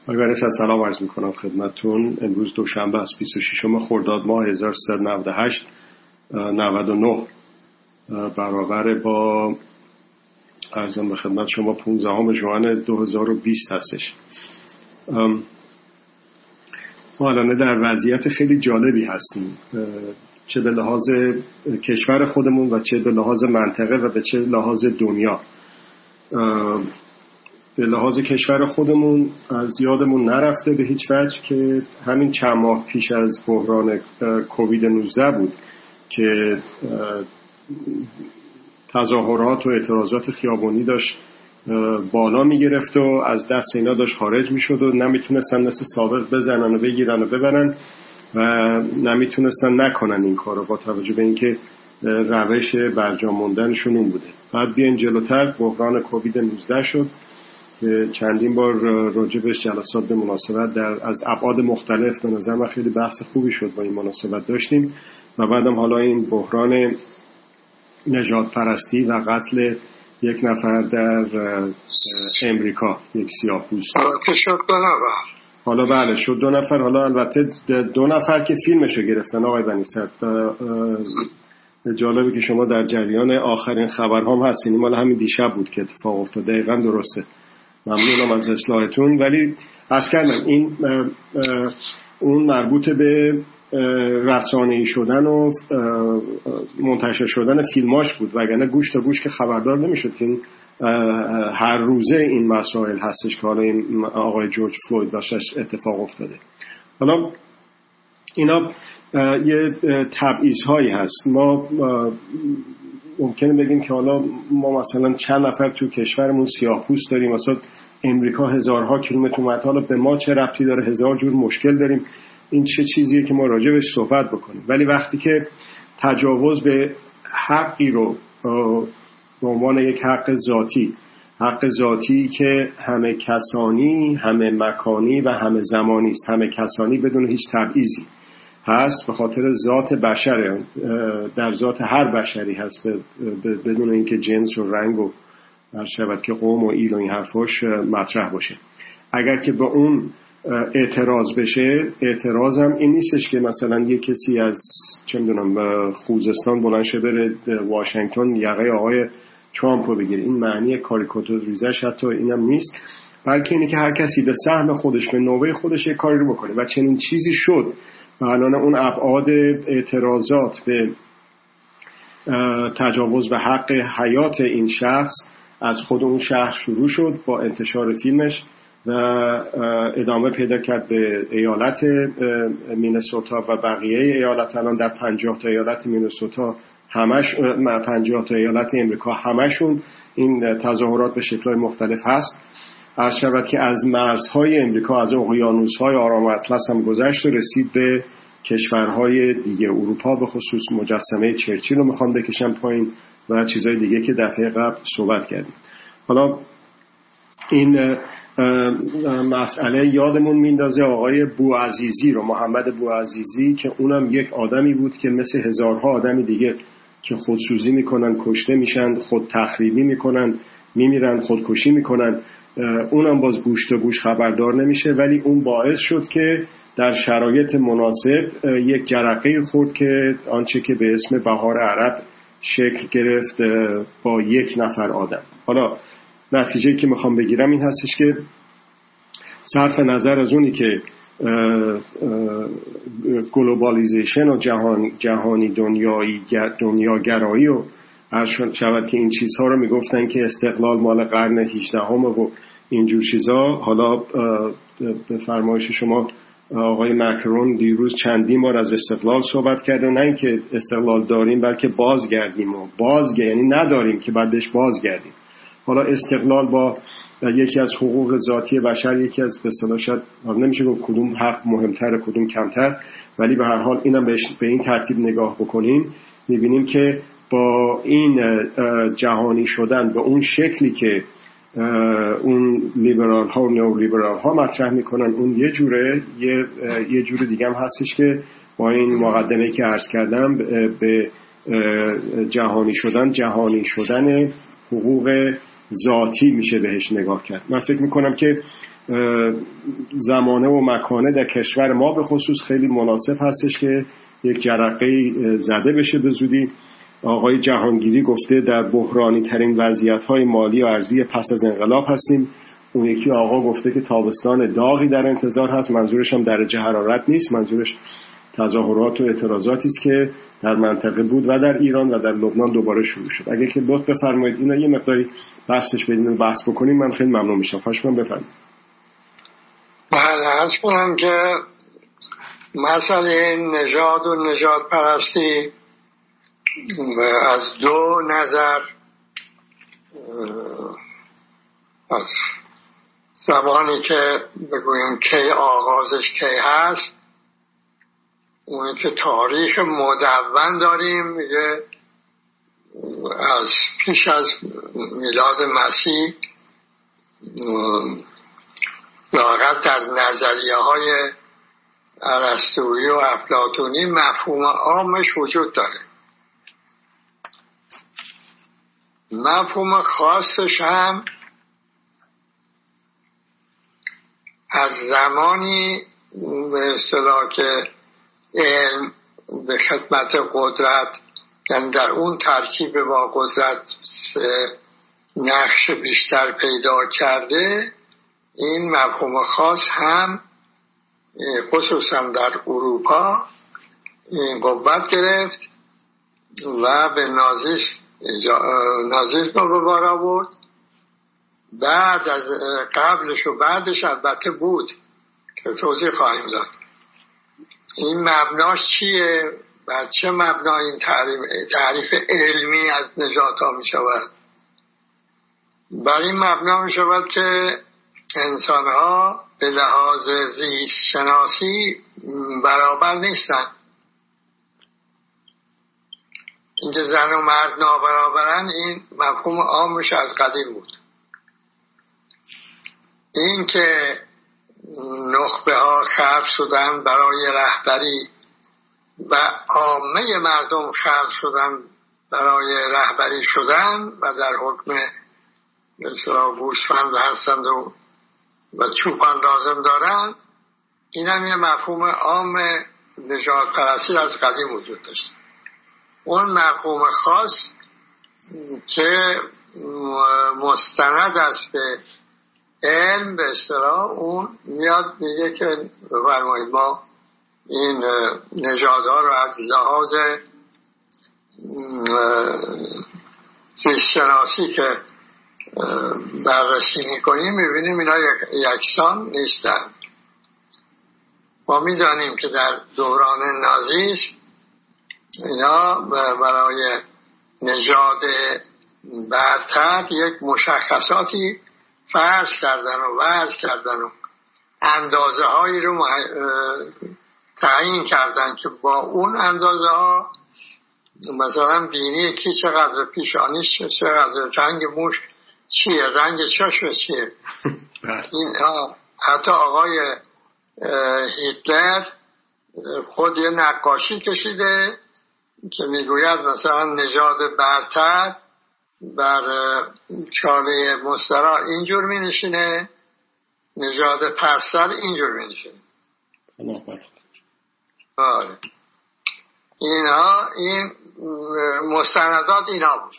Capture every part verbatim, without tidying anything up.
اگر سلام عرض میکنم خدمتتون. امروز دوشنبه است، بیست و ششم خرداد ماه هزار و سیصد و نود و هشت نود و نه برابر با عرضم به خدمت شما پانزدهم ژوئن دو هزار و بیست هستش. ما الان در وضعیت خیلی جالبی هستیم، چه به لحاظ کشور خودمون و چه به لحاظ منطقه و به چه لحاظ دنیا. به لحاظ کشور خودمون از یادمون نرفته به هیچ وجه که همین چند ماه پیش از بحران کووید نوزده بود که تظاهرات و اعتراضات خیابانی داشت بالا می گرفت و از دست اینا داشت خارج می شد و نمیتونستن مثل سابق بزنن و بگیرن و ببرن و نمیتونستن نکنن این کار رو، با توجه به اینکه روش برجا موندنشون اون بوده. بعد بیاین جلوتر بحران کووید نوزده شد که چندین بار راجبش جلسات به مناسبت در از ابعاد مختلف به نظر من خیلی بحث خوبی شد با این مناسبت داشتیم و بعدم حالا این بحران نژاد پرستی و قتل یک نفر در امریکا، یک سیاه‌پوست که شد دو نفر. حالا بله شد دو نفر. حالا البته دو نفر که فیلمشو گرفتن آقای بنی صدر. جالبه که شما در جریان آخرین خبرهام هستین. مال همین دیشب بود که اتفاق افتاد. دقیقاً درسته. ممنونم از اصلاحتون. ولی عرض کردم این اون مربوط به رسانه‌ای شدن و منتشر شدن فیلماش بود، وگرنه گوش تا گوش که خبردار نمیشد که این هر روزه این مسائل هستش که حالا این آقای جورج فلوید باشش اتفاق افتاده. حالا اینا یه تبعیض‌هایی هست. ما ممکنه بگیم که حالا ما مثلا چند نفر تو کشورمون سیاه‌پوست داریم، مثلا امریکا هزارها کیلومتر اونورتر، حالا به ما چه ربطی داره؟ هزار جور مشکل داریم. این چه چیزیه که ما راجع بهش صحبت بکنیم؟ ولی وقتی که تجاوز به حقی رو به عنوان یک حق ذاتی، حق ذاتی که همه کسانی، همه مکانی و همه زمانی است، همه کسانی بدون هیچ تبعیضی هست، به خاطر ذات بشر، در ذات هر بشری هست، بدون اینکه جنس و رنگ و هر شود که قوم و ایل و این حرفاش مطرح باشه. اگر که به اون اعتراض بشه، اعتراضم این نیستش که مثلا یه کسی از چه میدونم خوزستان بلند شه بره واشنگتن یقه آقای ترامپ رو بگیره. این معنی کاریکاتوریزش حتی اینم نیست، بلکه اینه که هر کسی به سهم خودش، به نوبه خودش یه کاری رو بکنه و چنین چیزی شد و الان اون ابعاد اعتراضات به تجاوز به حق حیات این شخص از خود اون شهر شروع شد با انتشار فیلمش و ادامه پیدا کرد به ایالت مینسوتا و بقیه ایالت. الان در پنجاه تا ایالت مینسوتا همش، پنجاه تا ایالت امریکا همشون این تظاهرات به شکل‌های مختلف هست. عرض شود که از مرزهای امریکا، از اقیانوس‌های آرام اطلس هم گذشت و رسید به کشورهای دیگه. اروپا به خصوص مجسمه چرچیل رو میخوان بکشن پایین و چیزهای دیگه که دفعه قبل صحبت کردیم. حالا این مسئله یادمون میندازه آقای بوعزیزی رو، محمد بوعزیزی، که اونم یک آدمی بود که مثل هزارها آدمی دیگه که خودسوزی میکنن، کشته میشن، خود تخریبی میکنن، میمیرن، خودکشی میکنن، اونم باز گوش تا گوش خبردار نمیشه. ولی اون باعث شد که در شرایط مناسب یک جرقه خورد که آنچه که به اسم بهار عرب شکل گرفت با یک نفر آدم. حالا نتیجه‌ای که میخوام بگیرم این هستش که صرف نظر از اونی که گلوبالیزیشن و جهان جهانی دنیایی دنیاگرایی و هر شود که این چیزها رو میگفتن که استقلال مال قرن هجدهم و اینجور چیزا. حالا به فرمایش شما آقای مکرون دیروز چندین بار از استقلال صحبت کرده، نه اینکه استقلال داریم بلکه بازگردیم و بازگردیم، یعنی نداریم که بعد بهش بازگردیم. حالا استقلال با یکی از حقوق ذاتی بشر، یکی از به اصطلاح شاید نمیشه گفت کدوم حق مهمتر کدوم کمتر، ولی به هر حال اینم به این ترتیب نگاه بکنیم میبینیم که با این جهانی شدن به اون شکلی که اون لیبرال ها و نئو لیبرال ها مطرح میکنن اون یه جوره، یه یه جور دیگه هم هستش که با این مقدمه که عرض کردم به جهانی شدن جهانی شدن حقوق ذاتی میشه بهش نگاه کرد. من فکر میکنم که زمانه و مکانه در کشور ما به خصوص خیلی مناسب هستش که یک جرقه زده بشه به زودی. آقای جهانگیری گفته در بحرانی ترین وضعیت های مالی و ارزی پس از انقلاب هستیم. اون یکی آقا گفته که تابستان داغی در انتظار هست. منظورش هم درجه حرارت نیست، منظورش تظاهرات و اعتراضاتی است که در منطقه بود و در ایران و در لبنان دوباره شروع شد. اگه که لطف بفرمایید اینا یه مقداری بحثش بدین بحث بکنیم من خیلی ممنون میشم. خواهش می‌کنم بفرمایید. بله، عرض کنم که مسئله نژاد و نژاد پرستی از دو نظر، از زمانی که بگویم کی آغازش کی هست، اونی که تاریخ مدون داریم میگه از پیش از میلاد مسیح لااقل در نظریه های ارسطویی و افلاطونی مفهوم عامش وجود داره. مفهوم خاصش هم از زمانی به اصطلاح که علم به خدمت قدرت، یعنی در اون ترکیب با قدرت نقش بیشتر پیدا کرده، این مفهوم خاص هم خصوصا در اروپا قوت گرفت و به نازیسم نازیسم رو به بار آورد. بعد از قبلش و بعدش البته بود که توضیح خواهیم داد. این مبناش چیه؟ بر چه مبنا این تعریف, تعریف علمی از نژاد ها می شود؟ بر این مبنا می شود که انسان ها به لحاظ زیست شناسی برابر نیستن. اینکه زن و مرد نابرابرن این مفهوم عامش از قدیم بود. این که نخبه ها خلق شدن برای رهبری و عامه مردم خلق شدن برای رهبری شدن و در حکم مثلا گوسفند هستند و و چوپان لازم دارند، این هم یه مفهوم عام نژاد پرستی از قدیم وجود داشت. اون مفهوم خاص که مستند است به علم به اصطلاح، اون میاد میگه که بفرمایید ما این نژادها رو از لحاظ زیستشناسی که بررسی میکنیم میبینیم اینا یکسان نیستن. ما میدانیم که در دوران نازیسم اینا برای نژاد برتر یک مشخصاتی فرض کردن و وضع کردن و اندازه هایی رو تعیین کردن که با اون اندازه ها مثلا بینی کی چقدر، پیشانیش چقدر، رنگ موش چیه، رنگ چشم چیه. این حتی آقای هیتلر خود یه نقاشی کشیده که میگوید مثلا نژاد برتر بر چاله مستراح اینجور می نشینه، نژاد پستر اینجور می نشینه. آره. اینها این مستندات اینا بود.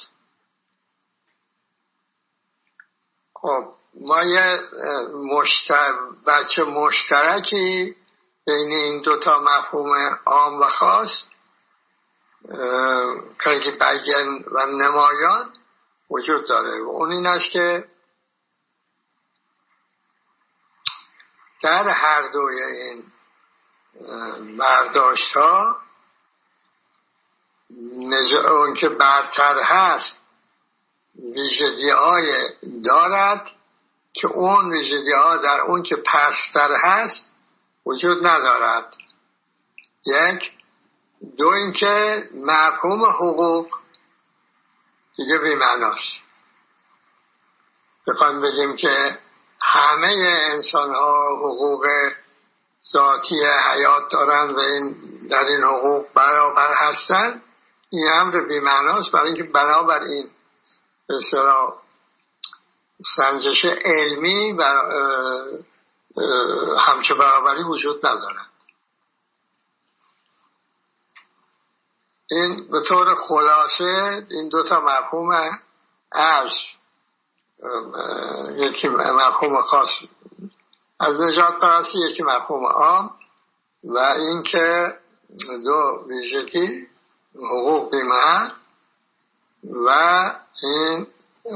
خب ما یه مشتر... بچه مشترکی بین این دوتا مفهوم عام و خاص خیلی بیان و نمایان وجود داره و اون این است که در هر دوی این برداشت ها اون که برتر هست ویژگی های دارد که اون ویژگی ها در اون که پستر هست وجود ندارد. یک. دو اینکه مفهوم حقوق دیگه بی‌معناست. بخوایم بگیم که همه انسان ها حقوق ذاتی حیات دارن و این در این حقوق برابر هستن، این امر بی‌معناست، برای اینکه بنابر این به اصطلاح سنجش علمی و همچه برابری وجود ندارد. این به طور خلاصه این دو تا مفهوم از یکی مفهوم خاص از نجات پرستی، یکی مفهوم عام، و اینکه دو ویژگی حقوق بی‌محل و این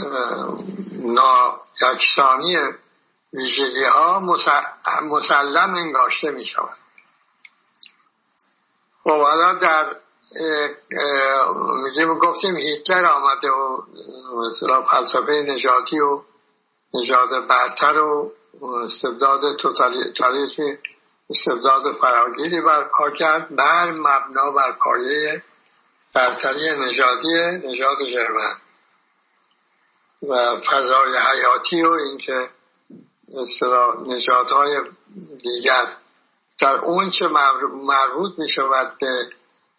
نایکسانی ویژگی ها مسلم انگاشته می شود. خب حالا در میگیم گفتیم هیتلر آمده و مثلا فلسفه نژادی و نژاد برتر و استبداد توتالیتاریسم، استبداد فراگیری برپا کرد بر مبنا بر پایه برتری نژادی نژاد ژرمن و فضای حیاتی و اینکه مثلا نژادهای دیگر در اون چه مربوط می شود به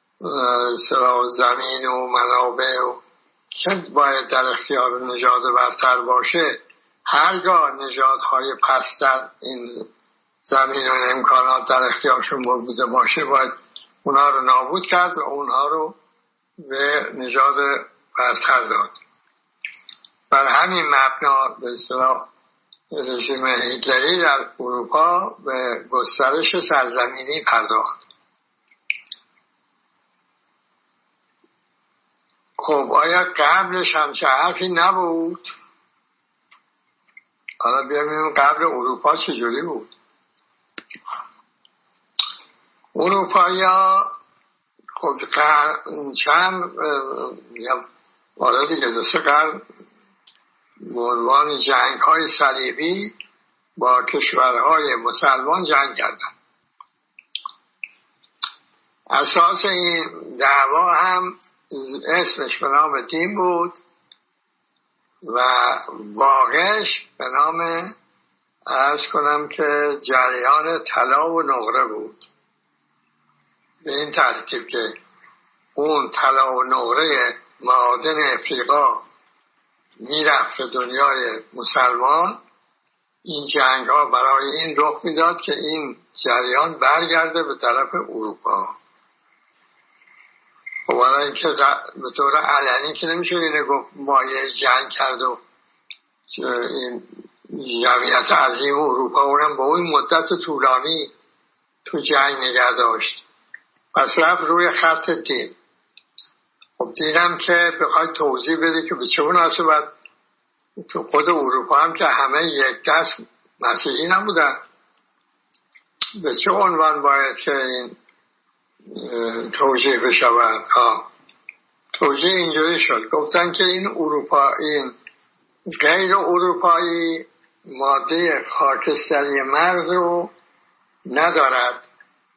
زمین و منابع و که باید در اختیار نژاد برتر باشه، هرگاه نژادهای پستر این زمین و امکانات در اختیارشون بوده باشه باید اونها رو نابود کرد و اونها رو به نژاد برتر داد. بر همین مبنا به اصطلاح رژیم هیتلری در اروپا به گسترش سرزمینی پرداخت. خب آیا قبلش همچه حرفی نبود؟ حالا بیاییم قبل اروپا چجوری بود؟ اروپایی ها خب چند حالا دیگه دو سه قرن به عنوان جنگ های صلیبی با کشورهای مسلمان جنگ کردن. اساس این دعوا هم اسمش به نام دین بود و واقعش به نام عرض کنم که جریان طلا و نقره بود. به این ترتیب که اون طلا و نقره معادن افریقا میرفت به دنیای مسلمان. این جنگ ها برای این رخ میداد که این جریان برگرده به طرف اروپا. خب حالا اینکه به طور علنی که نمیشه اینه گفت مایه جنگ کرد و این جمعیت عظیم اروپا اونم با اون مدت طولانی تو جنگ نگه داشت. پس رفت روی خط دین. خب دینم که بخوای توضیح بده که به چه مناسبت تو خود اروپا هم که همه یک دست مسیحی نبودن، به چه عنوان باید که این توجیه بشود؟ توجیه اینجوری شد، گفتن که این اروپا این غیر اروپایی ماده خاکستری مغز رو ندارد،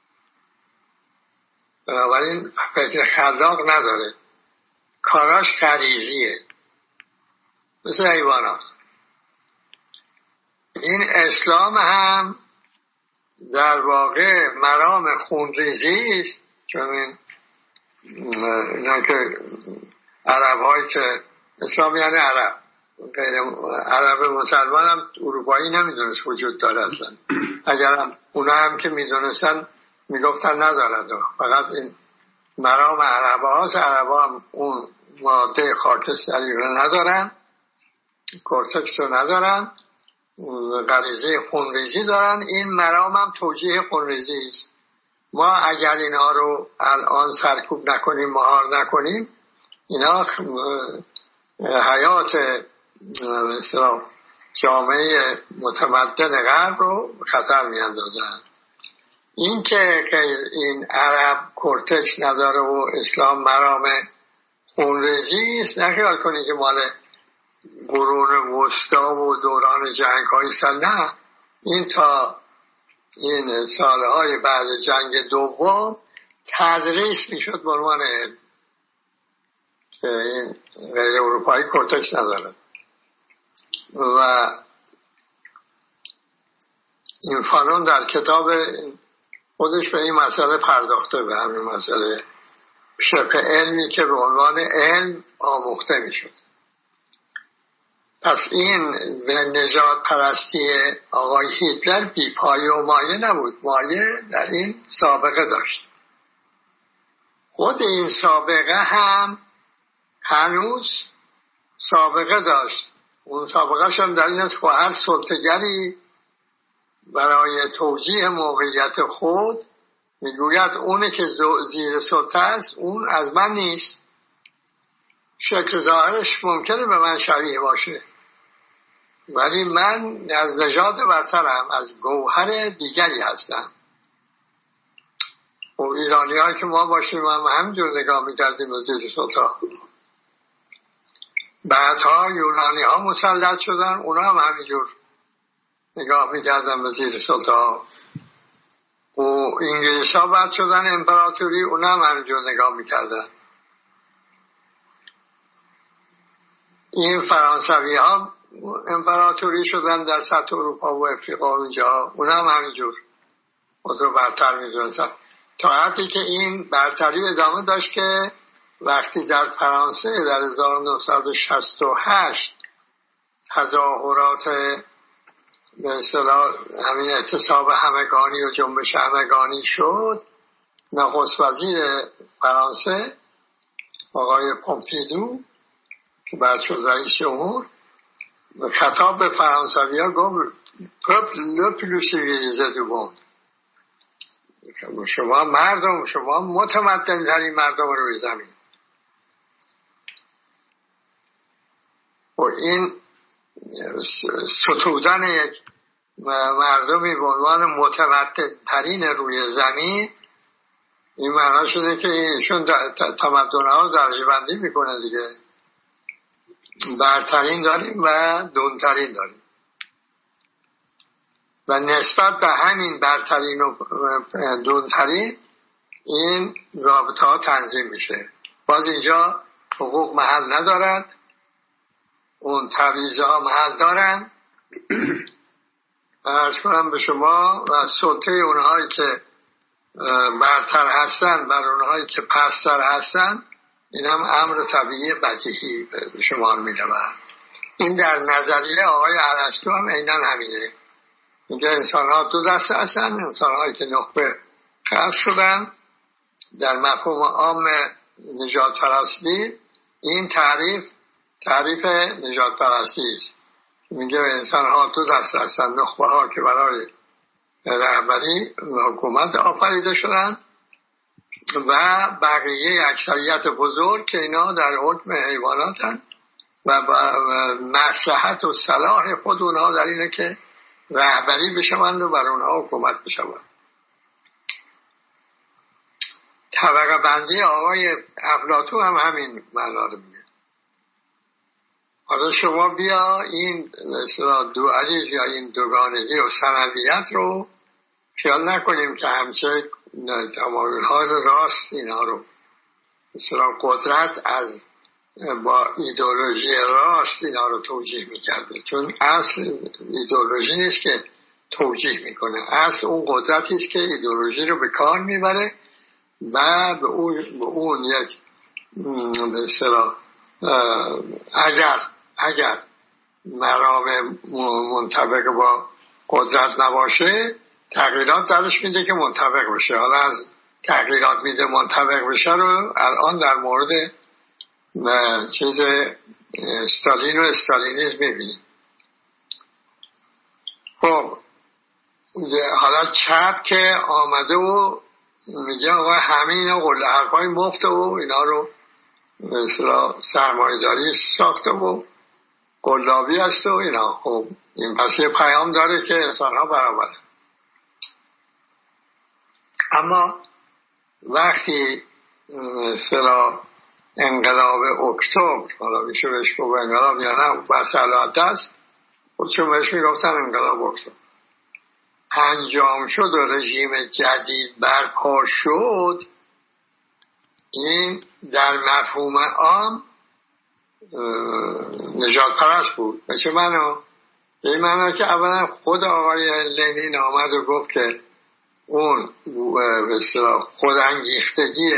بنابراین فکر خلاق نداره، کاراش غریزیه، مثل حیوانات. این اسلام هم در واقع مرام خونریزی است، چون اینا که عرب هایی که اسلام یعنی عرب، غیر عرب مسلمان هم اروپایی نمیدونست وجود داره اصلا. اگر هم اونا هم که میدونستن میگفتن ندارد، فقط این مرام عرب هاست. عرب ها هم اون ماده خاکستری رو ندارن، کورتکس رو ندارن، غریزه خونریزی دارن. این مرام هم توجیه خونریزی است. ما اگر اینها رو الان سرکوب نکنیم، مهار نکنیم، اینا حیات مثلا جامعه متمدن غرب رو خطر میاندازن. این که این عرب کورتکس نداره و اسلام مرام خونریزی است، نخیال کنی که مال قرون وسطا و دوران جنگ های سال، نه، این تا این سالهای بعد جنگ دوم تدریس میشد به عنوان علم که این غیر اروپایی کورتکس ندارد. و این فانون در کتاب خودش به این مسئله پرداخته، به همین مسئله شبه علمی که به عنوان علم آموخته میشد. پس این نژاد پرستی آقای هیتلر بی پایه و مایه نبود، مایه در این سابقه داشت. خود این سابقه هم هنوز سابقه داشت. اون سابقه هم در این است که هر سلطه‌گری برای توجیه موقعیت خود میگوید اونه که زیر سلطه است اون از من نیست. شکل ظاهرش ممکنه به من شبیه باشه ولی من از نژاد برترم، از گوهر دیگری هستم. و ایرانی هایی که ما باشیم هم همینجور نگاه میکردیم به زیر سلطه. بعدها یونانی ها مسلط شدن، اونا هم همینجور نگاه میکردن به زیر سلطه. و انگلیس ها بعد شدن امپراتوری، اونا هم همینجور نگاه میکردن. این فرانسوی ها امپراتوری شدن در سطح اروپا و افریقا و اونجا، اونا هم همینجور خود رو برتر میدونستن. تا حدی که این برتری ادامه داشت که وقتی در فرانسه در هزار و نهصد و شصت و هشت تظاهرات به اصطلاح همین اعتصاب همگانی و جنبش همگانی شد، نخست وزیر فرانسه آقای پومپیدو که بعد شد رئیس جمهور خطاب به فرانسوی ها گفت پپل لو پلو سیویلیزه دو موند، شما مردم، شما متمدن ترین مردم روی زمین. و این ستودن یک مردمی به عنوان متمدن ترین روی زمین، این معنی شده که ایشون تمدن ها درجه بندی میکنه دیگه. برترین داریم و دونترین داریم و نسبت به همین برترین و دونترین این رابطه ها تنظیم میشه. باز اینجا حقوق محل ندارد، اون تبعیضه ها محل دارن. عرض کنم به شما و سلطه اونهایی که برتر هستن بر اونهایی که پستر هستن، این هم امر طبیعی بدیهی به شما می‌رود. این در نظریه آقای ارسطو هم عیناً همینه. میگه انسان ها دو دسته هستن، انسان هایی که نخبه خلق شدن. در مفهوم عام نژاد پرستی این تعریف تعریف نژاد پرستی است. میگه انسان ها دو دسته هستن، نخبه ها که برای رهبری حکومت آفریده شدن و بقیه اکثریت بزرگ که اینا در حکم حیواناتن و مصلحت و صلاح خود اونها در اینه که رهبری بشوند و بر اونها حکومت بشوند. طبقه بندی آقای افلاطون هم همین معنا رو میگه. حالا شما بیا این مثلا دوالیز یا این دوگانگی و ثانویت رو خیال نکنیم که همچه تمایل های راست اینا رو مثلا قدرت از با ایدئولوژی راست اینا رو توجیه میکرده، چون اصل ایدئولوژی نیست که توجیه میکنه، اصل اون قدرتی است که ایدئولوژی رو به کار میبره و به اون, به اون یک به اصطلاح اگر اگر مرام منطبق با قدرت نباشه تغییرات درش میده که منطبق بشه. حالا از تغییرات میده منطبق بشه رو الان در مورد چیز استالین و استالینیسم میبینیم. خب حالا چپ که آمده و میگه آقا همه اینا قله حرفای مفته و اینا رو مثلا سرمایه‌داری ساخته و قلابی هست و اینا. خب این پس یه پیام داره که انسان ها برابره. اما وقتی مثلا انقلاب اکتبر، حالا میشه بهش گفت انقلاب یا نه بحث علاقه است، خودشون بهش میگفتن انقلاب اکتبر، انجام شد و رژیم جدید برپا شد، این در مفهوم عام نژاد پرست بود. به چه معنا؟ به این معنا که اولا خود آقای لنین آمد و گفت که اون خودانگیختگی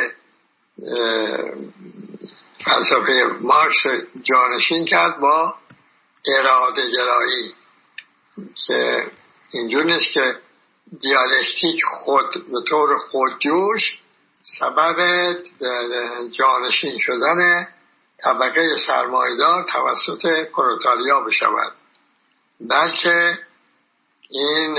فلسفه مارکس جانشین کرد با اراده گرایی که اینجور نیست که دیالکتیک خود به طور خودجوش سبب جانشین شدن طبقه سرمایه‌دار توسط پرولتاریا بشود، بلکه این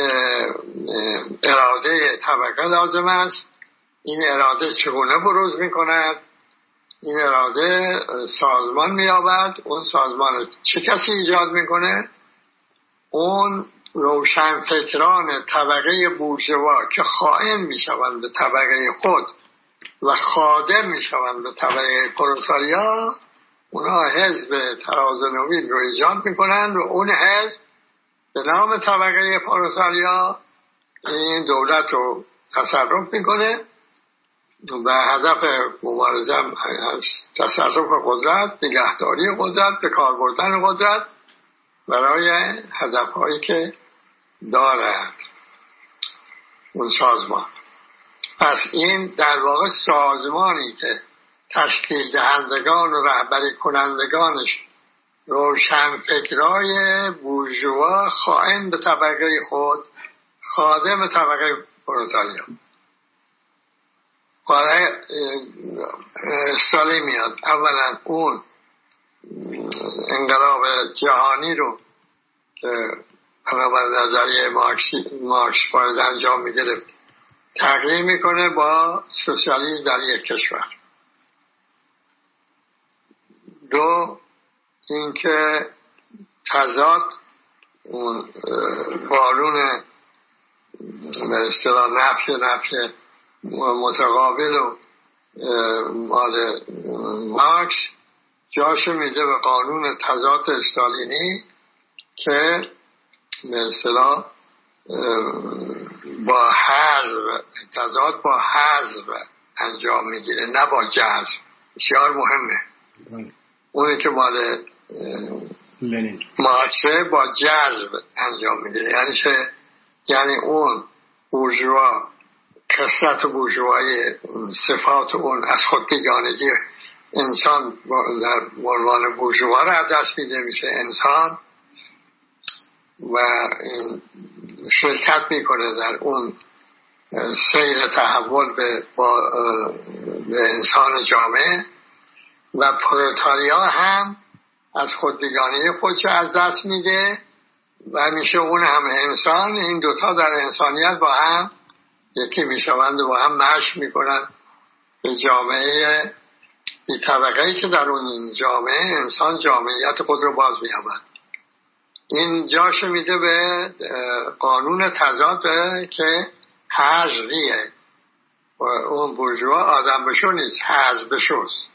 اراده طبقه لازم است. این اراده چگونه بروز میکند؟ این اراده سازمان مییابد. اون سازمان چه کسی ایجاد میکنه؟ اون روشنفکران طبقه بورژوا که خائن میشوند به طبقه خود و خادم میشوند به طبقه پرولتاریا، اونا حزب تراز نوین رو ایجاد میکنند و اون حزب به نام طبقه پرولتاریا این دولت رو تصرف میکنه و هدف مبارزه تصرف قدرت، نگهداری قدرت، به کار بردن قدرت برای هدفهایی که دارد اون سازمان. پس این در واقع سازمانی که تشکیل دهندگان و رهبری کنندگانش روشنفکرای بورژوا خائن به طبقه خود، خادم طبقه پرولتاریا. حالا سالی میاد اولا اون انقلاب جهانی رو که بنابر نظریه مارکس باید انجام میگرفت تغییر میکنه با سوسیالیسم در یک کشور. دو اینکه تضاد اون قانون به اصطلاح نفی نفی متقابل و مال مارکس جاشو میده به قانون تضاد استالینی که به اصطلاح با حذف، تضاد با حذف انجام میگیره نه با جذب. بسیار مهمه. اونی که مال مارکسه با جذب انجام میگیره، یعنی چه؟ یعنی اون بورژوا، کثرت بورژوایی، صفات اون از خود بیگانگی انسان در عنوان بورژوا را از دست میده، میشه انسان و شرکت میکنه در اون سیر تحول به, به انسان جامعه. و پرولتاریا هم از خودبیگانگی خودش از دست میده و میشه اون هم انسان. این دوتا در انسانیت با هم یکی میشوند و با هم مشی میکنن به جامعه بی طبقه‌ای که در اون جامعه انسان جامعیت خود رو باز می‌یابد. این جاشو میده به قانون تضاد که حذفیه. اون بورژوا آدم بشو نیست، حذف بشوست.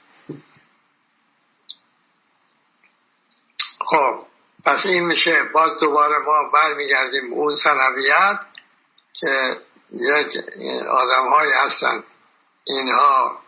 خب پس این میشه باز دوباره ما برمیگردیم اون ثانویت که یک آدم هایی هستن اینها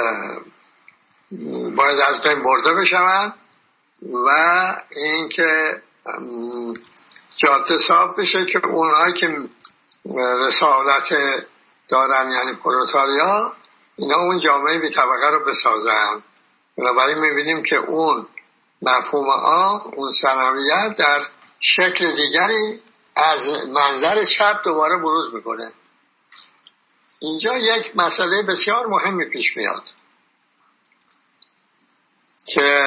باید از بین برده بشوند و این که جاده صاف بشه که اونهایی که رسالت دارن یعنی پرولتاریا اینا اون جامعه بی طبقه رو بسازن. بنابراین میبینیم که اون مفهوم عام، اون ثانویت در شکل دیگری از منظر چپ دوباره بروز میکنه. اینجا یک مسئله بسیار مهمی پیش میاد که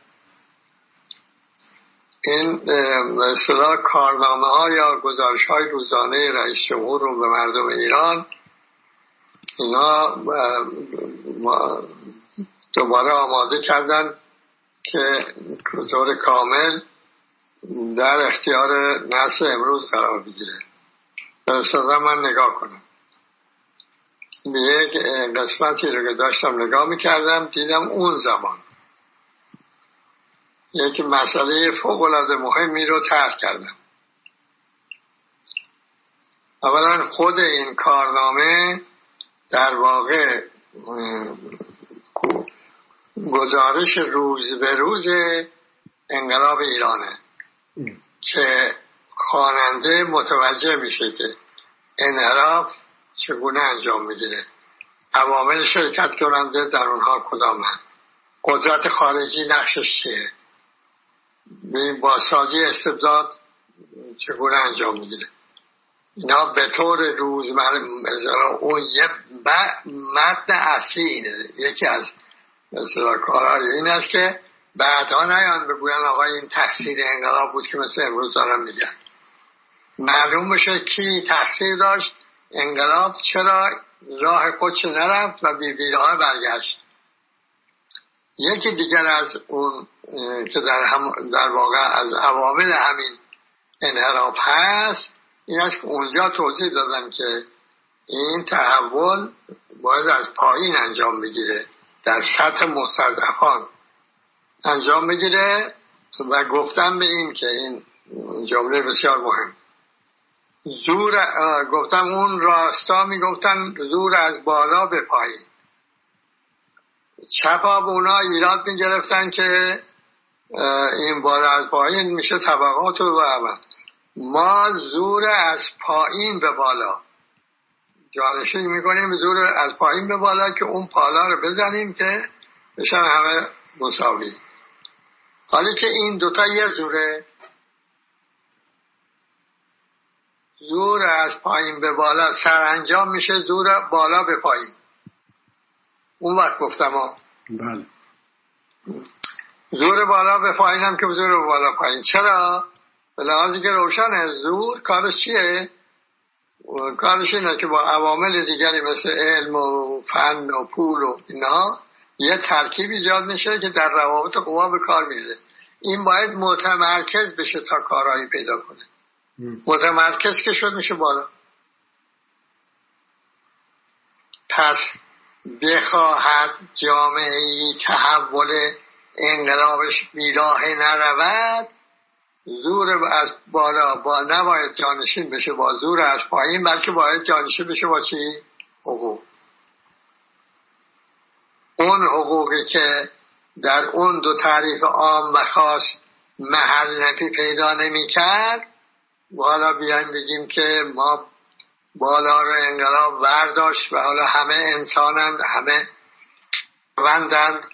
این اصطلاح کارنامه ها یا گزارش های روزانه رئیس جمهور رو به مردم ایران اینا دوباره آماده کردن که طور کامل در اختیار نسل امروز قرار بگیره. برسازم من نگاه کنم به یک قسمتی رو که داشتم نگاه میکردم دیدم اون زمان یک مسئله فوق العاده مهمی رو طرح کردم. اولا خود این کارنامه در واقع گزارش روز به روز انقلاب ایرانه که خواننده متوجه میشه که انحراف چگونه انجام میگیره، عوامل شرکت کننده در اونها کدام هست، قدرت خارجی نقشش چیه، بازسازی استبداد چگونه انجام میگیره. اینا به طور روزمره اون یه متن اصلی اینه. یکی از مثلا کارهای این است که بعدها نیان بگوین آقا این تقصیر انقلاب بود که مثل امروز دارم میگن. معلوم بشه کی تقصیر داشت، انقلاب چرا راه خودش نرفت و بی بیراه برگشت. یکی دیگر از اون که در, هم در واقع از عوامل همین انحراف هست این است که اونجا توضیح دادم که این تحول باید از پایین انجام بگیره، در سطح مستضعفان انجام بگیره و گفتم به این که این جمله بسیار مهم زور گفتم اون راستا میگفتن زور از بالا به پایین. چپا به اونا ایراد میگرفتن که این بالا از پایین میشه طبقات و عوض. ما زور از پایین به بالا جانشین میکنیم، زور از پایین به بالا که اون پالا رو بزنیم که بشن همه مساوی. حالی که این دوتا یه زوره، زور از پایین به بالا سرانجام میشه زور بالا به پایین. اون وقت گفتم ها بله زور بالا به پایین هم که زور بالا پایین. چرا؟ به لحاظی که روشنه زور کارش چیه؟ کارش اینه که با عوامل دیگری مثل علم و فن و پول و اینا یه ترکیب ایجاد میشه که در روابط قوا به کار میره. این باید متمرکز بشه تا کارایی پیدا کنه. متمرکز که شد میشه بالا. پس بخواهد جامعه تحول انقلابش بیراه نرود، زور از بالا با نباید جانشین بشه با زور از پایین، بلکه باید جانشین بشه با چی؟ حقوق. اون حقوقی که در اون دو تعریف عام و خاص محل نپی پیدا نمی کرد، حالا بیایم بگیم که ما بالا رو انقلاب ورداشت و حالا همه انسانند، همه وندند،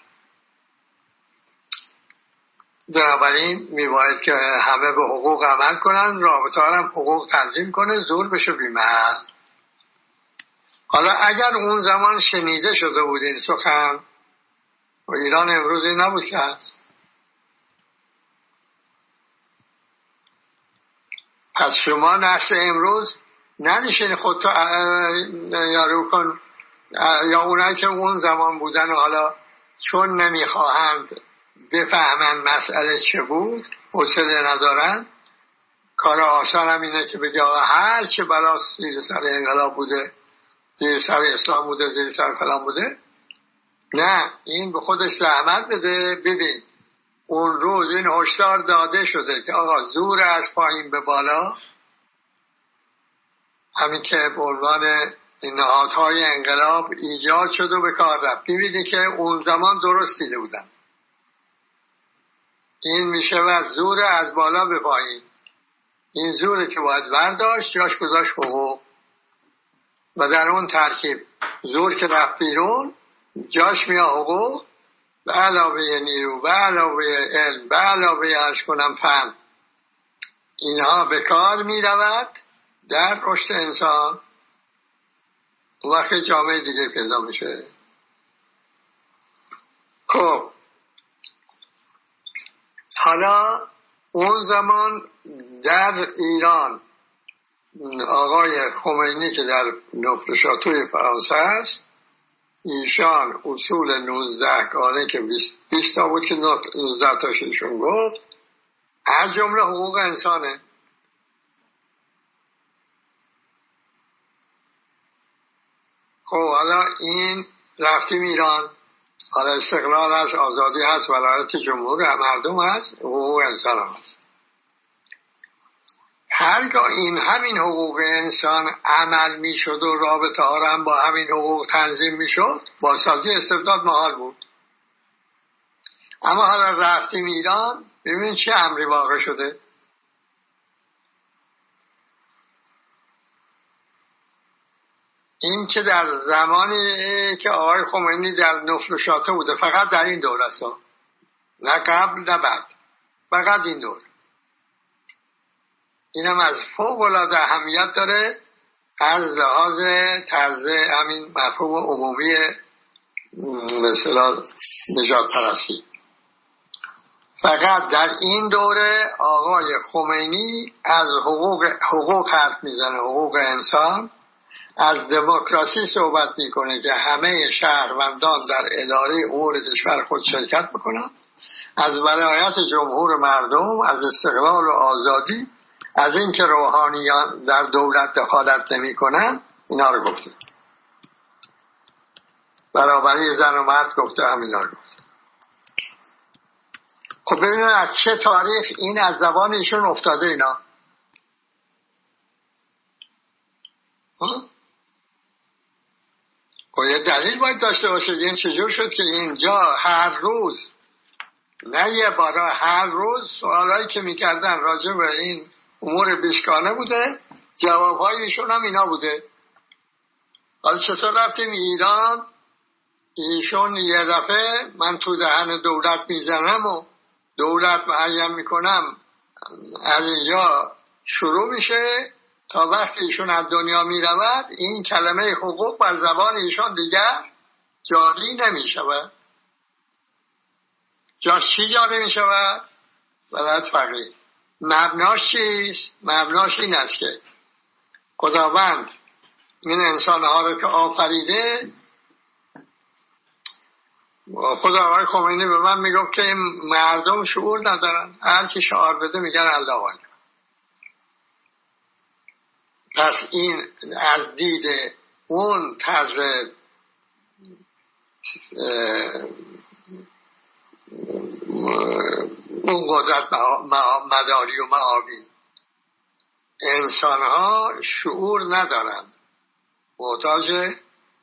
بنابراین میباید که همه به حقوق عمل کنن، رابطه هم حقوق تنظیم کنه، زور بشه بیمحل. حالا اگر اون زمان شنیده شده بود این سخن و ایران امروزی نبود که هست، پس شما نسل امروز ننشین خودتو یارو کن یا اونایی که اون زمان بودن و حالا چون نمیخواهند بفهمن مسئله چه بود حوصله ندارن، کار آسان هم اینه که بگه آقا هر چه بلا زیر سر انقلاب بوده، زیر سر اسلام بوده، زیر سر فلان بوده. نه، این به خودش زحمت بده. ببین اون روز این هشدار داده شده که آقا زور از پایین به بالا، همین که به عنوان این نهادهای انقلاب ایجاد شد و به کار رفت. می‌بینی که اون زمان درست دیده بودن. این میشه و زور از بالا به پایین. این زوره که باید برداشت جاش گذاشت حقوق، و در اون ترکیب زور که رفت بیرون جاش میاد حقوق به علاوه نیرو، به علاوه علم، به علاوه عرض کنم فن. اینها به کار می رود در رشد انسان. اون وقت جامعه دیگه پیدا میشه. خب حالا اون زمان در ایران آقای خمینی که در نفل شاتوی فرانسه است، ایشان اصول نوزده گانه که بیست تا بود که نوزده تاشون گفت، از جمله حقوق انسانه. خب حالا این رفتیم ایران، حالا استقلال هست، آزادی هست، ولایت جمهور مردم هست، حقوق انسان هم هست. هرگاه این همین حقوق انسان عمل می شد و رابطه ها هم با همین حقوق تنظیم می شد، بازسازی استبداد محال بود. اما حالا رفتیم ایران، ببینید چه امری واقع شده. این که در زمانی که آقای خمینی در نفل و شاطه بوده، فقط در این دولت ها، نه قبل نه بعد، فقط این دوره. اینم از فوق العاده اهمیت داره از لحاظ طرز همین مفهوم عمومی مثلا نجات پرستی. فقط در این دوره آقای خمینی از حقوق حقوق حرف میزنه، حقوق انسان، از دموکراسی صحبت میکنه که همه شهروندان در اداره امور کشور خود شرکت میکنن، از ولایت جمهور مردم، از استقلال و آزادی، از اینکه روحانیان در دولت دخالت نمیکنن، اینا رو گفته. برابری زن و مرد گفته، همینا رو گفته. خب ببینید از چه تاریخ این از زبان ایشون افتاده اینا. خب یه دلیل باید داشته باشه. این چجور شد که اینجا هر روز، نه یه بارا، هر روز سوالایی که میکردن راجع به این امور بیشکانه بوده، جوابهای ایشون هم اینا بوده. حالا چطور رفتیم ایران، ایشون یه دفعه من تو دهن دولت میزنم و دولت معین میکنم، از اینجا شروع میشه تا وقتی ایشون از دنیا میرود این کلمه حقوق بر زبان ایشون دیگر جاری نمیشود. جاش چی جاری میشود؟ ولایت فقیه. مبناش چیست؟ مبناش این است که خداوند این انسانها رو که آفریده، خدا آقای خمینی به من میگفت که مردم شعور ندارن، هر کی شعار بده میگن الله اکبر. پس این از دید اون طرز اون قدرت مداری و معاوی، انسان ها شعور ندارند، محتاج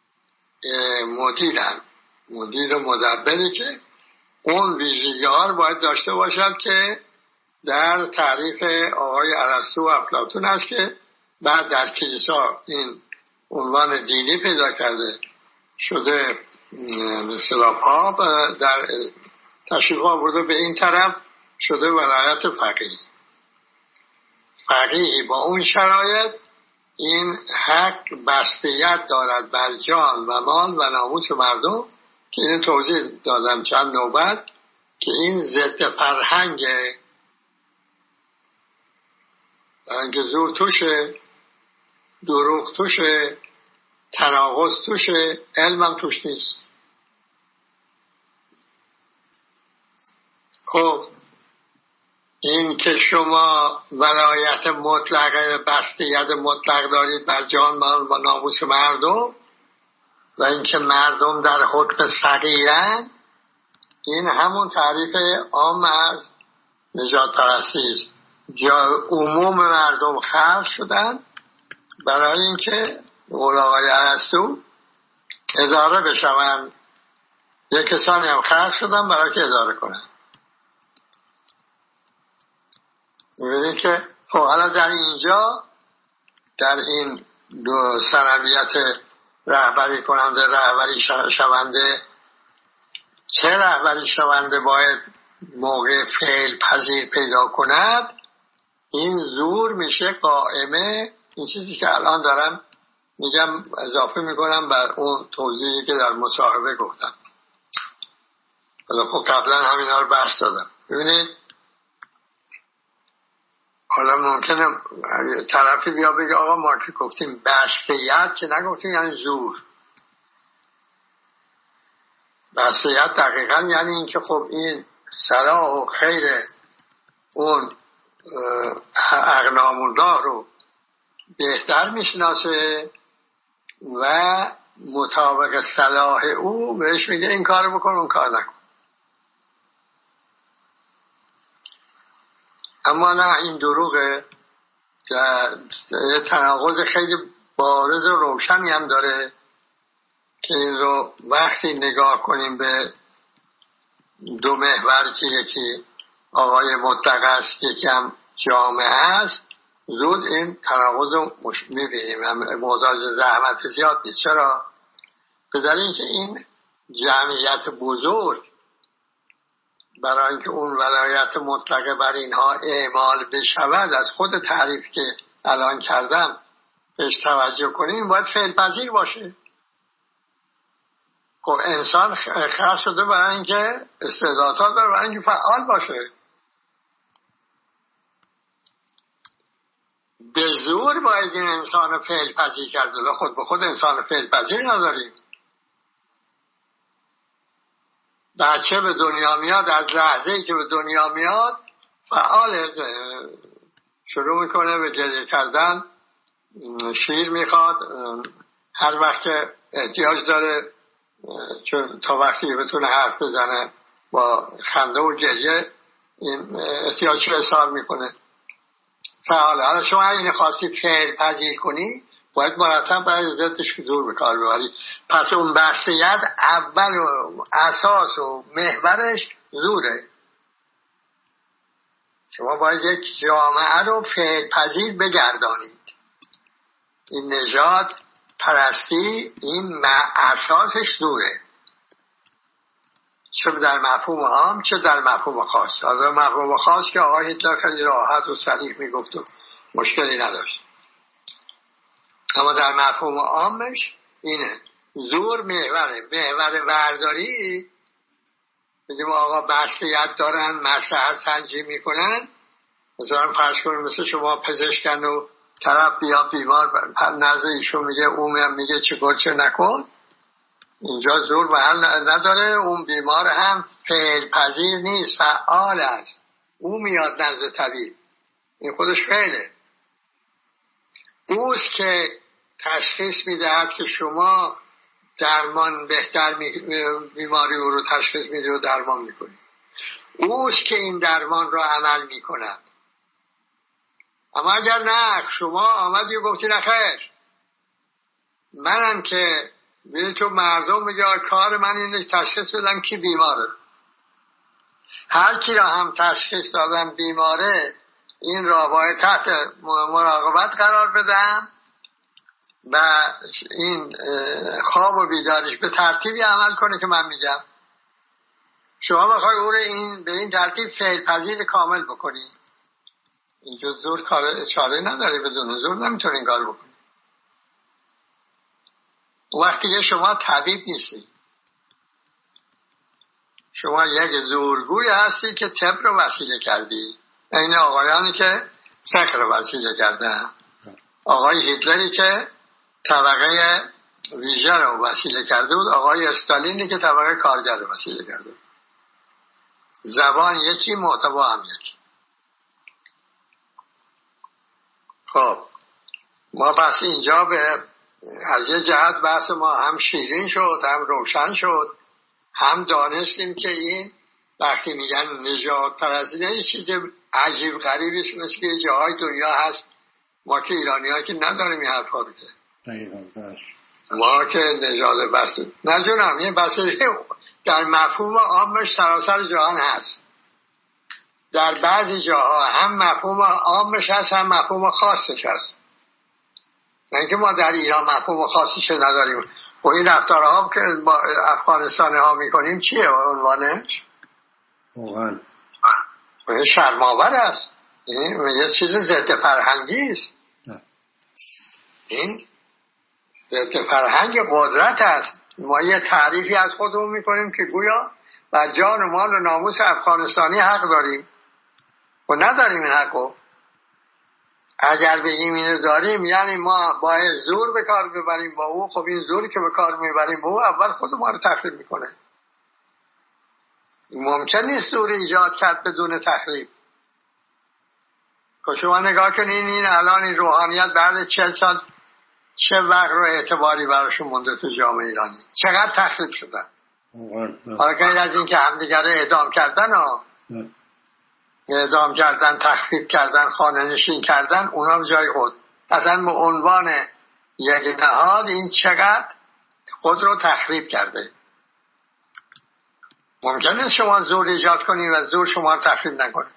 مدیرن، مدیر و مدبری که اون ویژگی ها رو باید داشته باشد که در تعریف آقای ارسطو و افلاطون است که بعد در کلیسا این عنوان دینی پیدا کرده شده، مثلا پاپ در تشریف آورده به این طرف شده ولایت فقیه. فقیه با اون شرایط این حق بستیت دارد بر جان و مال و ناموس مردم که این توضیح دادم چند نوبت که این ضد فرهنگه، برای زور توشه، دروغ توشه، تناقض توشه، علمم توش نیست. خب این که شما ولایت مطلق، بستیت مطلق دارید بر جان مال و ناموس مردم و اینکه مردم در حکم صغیرن، این همون تعریف عام از نجات پرستی. جا عموم مردم خلق شدن برای اینکه قول آقای ارسطو اداره بشوند، یک کسانی هم خلق شدن برای که اداره کنن. می‌بینید که خب حالا در اینجا در این دو سنویت رهبری کننده رهبری شونده، چه رهبری شونده باید موقع فعل پذیر پیدا کند، این زور میشه قائمه. این چیزی که الان دارم میگم اضافه میکنم بر اون توضیحی که در مصاحبه گفتم. حالا خب قبلا همینا رو بحث دادم. ببینید حالا ممکنه طرفی بیا بگه آقا ما که گفتیم بستیت که نگفتیم یعنی زور. بستیت دقیقا یعنی این که خب این صلاح و خیر اون اغنام‌الله رو بهتر میشناسه و مطابق صلاح او بهش میگه این کار بکن اون کار نکن. اما نه، این دروغه. تناقض خیلی بارز و روشنی هم داره که این رو وقتی نگاه کنیم به دو محور که یکی آقای مطلق است یکی هم جامعه است، زود این تناقض رو میبینیم. محتاج زحمت زیاد نیست. چرا؟ به دلیل اینکه این جمعیت بزرگ برای اینکه اون ولایت مطلقه بر اینها اعمال بشود از خود تعریف که الان کردم بهش توجه کنیم، باید فعل پذیر باشه. خب انسان خلق شده برای اینکه استعدادها داره، برای اینکه فعال باشه. به زور باید این انسان فعل پذیر کرد، خود به خود انسان فعل پذیر نداریم. بچه به دنیا میاد، از لحظه‌ای که به دنیا میاد فعال شروع میکنه به گریه کردن، شیر میخواد، هر وقت احتیاج داره چون تا وقتی بتونه حرف بزنه با خنده و گریه این احتیاج رو اظهار میکنه، فعاله. حالا شما اگه خواستی فعل پذیر کنی باید مرتب برای ضدش زور به کار ببری. پس اون بحثیت اول و اساس و محورش زوره. شما باید یک جامعه رو فعل پذیر بگردانید. این نژاد پرستی این اساسش زوره، چه در مفهوم عام چه در مفهوم خاص. در مفهوم خاص که آقای هیتلر خیلی راحت و صریح میگفت و مشکلی نداشت، اما در مفهوم عامش اینه زور محوره. محور ورداری بگیم آقا بحثیت دارن، مصلحت سنجی میکنن. مثلا فرض کنیم مثل شما پزشکن و طرف بیا بیمار نزد ایشون میگه اون میگه چه کن چه نکن، اینجا زور محل نداره. اون بیمار هم فعل پذیر نیست، فعال است. او میاد نزد طبیب، این خودش فعله. اوست که تشخیص میدهد که شما درمان بهتر بیماری او رو تشخیص میده و درمان میکنید. اوست که این درمان را عمل میکند. اما اگر نه شما آمدی و گفتی نخیر منم که میده تو مردم میگه کار من اینه تشخیص بدم کی بیماره، هر کی را هم تشخیص دادم بیماره این را باید تحت مراقبت قرار بدم و این خواب و بیدارش به ترتیبی عمل کنه که من میگم. شما بخوای او رو این به این ترتیب فعل پذیر کامل بکنی، اینجا زور کار چاره نداره، بدون زور نمیتونه این کار بکنی. وقتی که شما طبیب نیستی، شما یک زورگوی هستی که طب رو وسیله کردی. این آقایانی که فقر رو وسیله کردن، آقای هیتلری که طبقه ویژه رو وسیله کرده بود، آقای استالینی که طبقه کارگر رو وسیله کرده بود. زبان یکی، محتوا هم یکی. خب ما پس اینجا به از یه جهت بحث ما هم شیرین شد، هم روشن شد، هم دانستیم که این وقتی میگن نژاد پرستی نه چیز عجیب غریبی مثل که جاهای دنیا هست ما که ایرانی ها که نداریم این حرفا رو. ما که نژاد بس نه جونم، این بس در مفهوم عامش سراسر جهان هست. در بعضی جاها هم مفهوم عامش هست هم مفهوم خاصش هست. نه اینکه ما در ایران مفهوم خاصیش نداریم. و این رفتارها که با افغانستان ها میکنیم چیه عنوانش؟ واقعا شرم‌آور است. این یه چیز ضد فرهنگی است. این ضد فرهنگ قدرت است. ما یه تعریفی از خودمون میکنیم که گویا بر جان و مال و ناموس افغانستانی حق داریم و نداریم این حقو. اگر بگیم اینو داریم یعنی ما باید زور به کار ببریم با او. خب این زوری که به کار میبریم با او اول خود ما رو تخریب میکنه. ممکن نیست زور ایجاد کرد بدون تخریب. که شما نگاه کنین این الان این روحانیت بعد چهل سال چه وقت رو اعتباری براشون مونده تو جامعه ایرانی، چقدر تخریب شدن. حالا غیر از این که همدیگر رو اعدام کردن ها اعدام کردن، تخریب کردن، خانه نشین کردن، اونا به جای خود اصلا به عنوان یک نهاد این چقدر خود رو تخریب کرده. ممکنه شما زور ایجاد کنید و زور شما رو تخریب نکنه.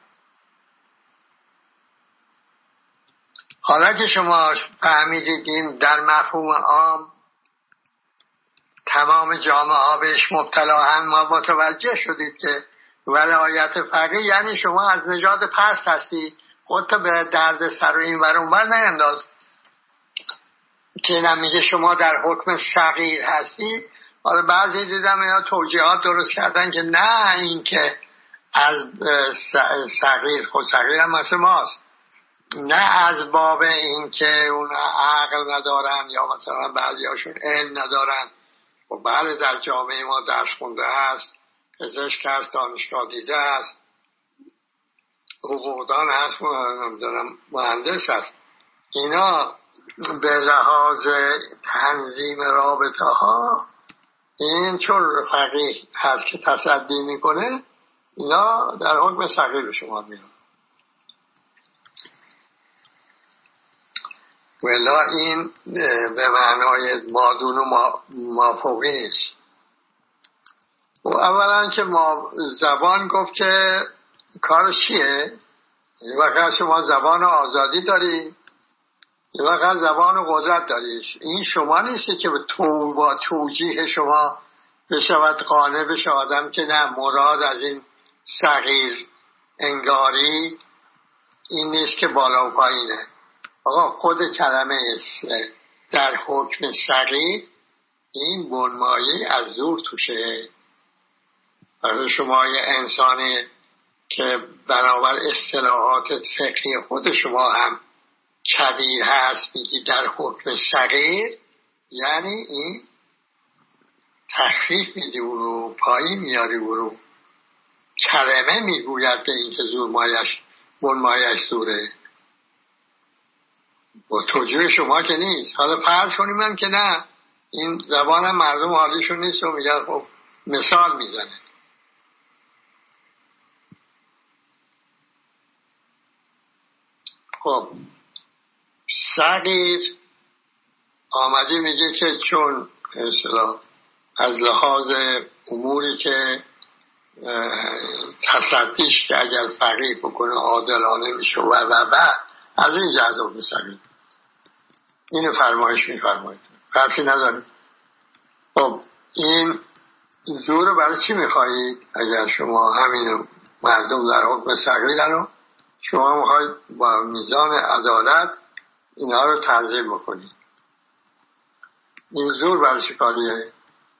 حالا که شما فهمیدید این در مفهوم عام تمام جامعه ها بهش مبتلا هم، ما متوجه شدید که ولایت فقیه یعنی شما از نژاد پست هستی، خودت به درد سر و این ور اون ور نینداز. که نمیگه شما در حکم صغیر هستی. حالا بعضی دیدم اینا توجیهات درست کردن که نه، این که از صغیر، خود صغیر هم مثل ماست، نه از باب این که اون عقل ندارن یا مثلا بعضی هاشون علم ندارن. و بله در جامعه ما درس خونده هست، پزشک هست، دانشگاه دیده هست، حقوقدان هست، نمیدونم مهندس هست. اینا به لحاظ تنظیم رابطه ها این چون فقیه هست که تصدی میکنه، اینا در حکم صغیر به شما میاد. ولی این به معنای مادون و مافوقی نیست. و اولا که ما زبان گفت که کارش چیه؟ یه وقت شما زبان آزادی داری، یه وقت زبان قدرت داریش. این شما نیستی که تو با توجیه شما بشود قانع بشه آدم که نه، مراد از این صغیر انگاری این نیست که بالا و پایینه. آقا خود کلمه در حکم صغیر این بنمایی از زور توشه. برای شما یه انسانی که بنابر اصطلاحات فقهی خود شما هم کبیر هست میگی در حکم صغیر، یعنی این تخفیف میدی او رو، پایین میاری او رو. کلمه میگوید به این که زور مایش بنمایش زوره، با توجیه شما که نیست. حالا فرض کنیم هم که نه، این زبان هم مردم حالیشون نیست و میگن خب مثال میزنه. خب صغیر آمدی میگه که چون اصلا از لحاظ اموری که تصدیش که اگر فقیه بکنه عادلانه میشه و و و از این جهت به صغیر اینو فرمایش میفرمایید، حرفی نداریم. خب این زور برای چی میخواهید؟ اگر شما همینو مردم در حکم صغیر رو شما میخواهید با میزان عدالت اینا رو تنظیم بکنید، این زور برای چی کاریه؟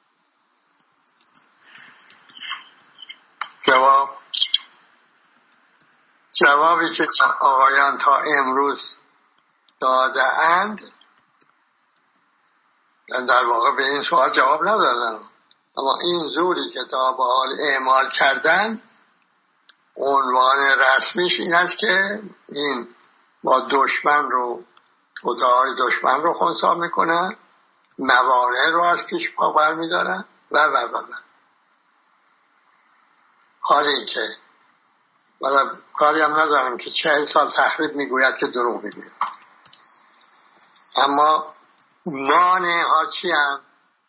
جواب جوابی که آقایان تا امروز داده اند در واقع به این سوال جواب ندادن، اما این زوری که تا به حال اعمال کردن عنوان رسمیش این است که این با دشمن رو توطئه‌های دشمن رو خنثی میکنن، موانع رو از پیش پا بر میدارن و و و و حالی که ولی کاری هم ندارم که چهل سال تحریف میگوید که دروغ میگوید. اما مانع ها چی هم؟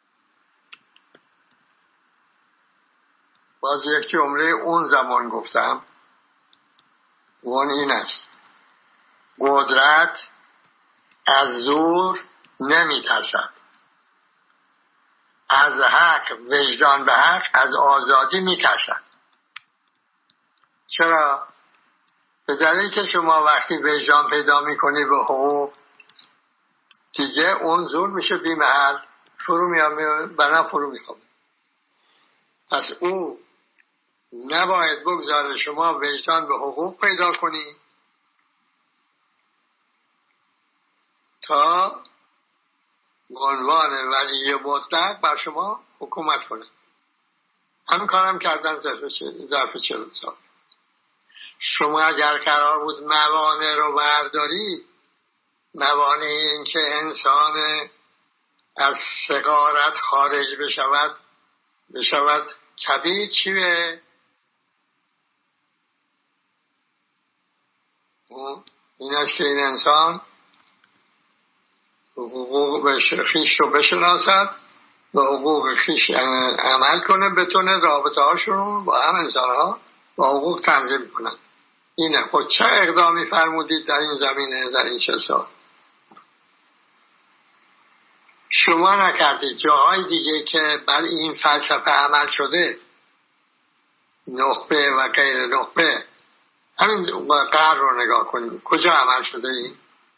باز یک جمله اون زمان گفتم، اون این است: قدرت از زور نمی ترسد، از حق وجدان به حق از آزادی می ترسد. چرا؟ به دلیل که شما وقتی وجدان پیدا می کنی به حقوق دیگه اون زور میشه بی محل، فرو میام بنا فرو میخوام. پس او نباید بگذاره شما وجدان به حقوق پیدا کنی تا عنوان ولی مطلق بر شما حکومت کنه. همین کارم کردن ظرف چهل سال. شما اگر قرار بود موانع رو برداری، موانع این که انسان از صغارت خارج بشود بشود کبیر چیه؟ این است که این انسان حقوق خیش رو بشناسد و حقوق خیش عمل کنه، بتونه رابطه هاشون با هم انسان ها با حقوق تنظیم کنن. اینه. خود چه اقدامی فرمودید در این زمینه در این چه سال؟ شما نکردید. جاهای دیگه که بر این فلسفه عمل شده نخبه و غیر نخبه، همین قرن رو نگاه کنیم کجا عمل شده این.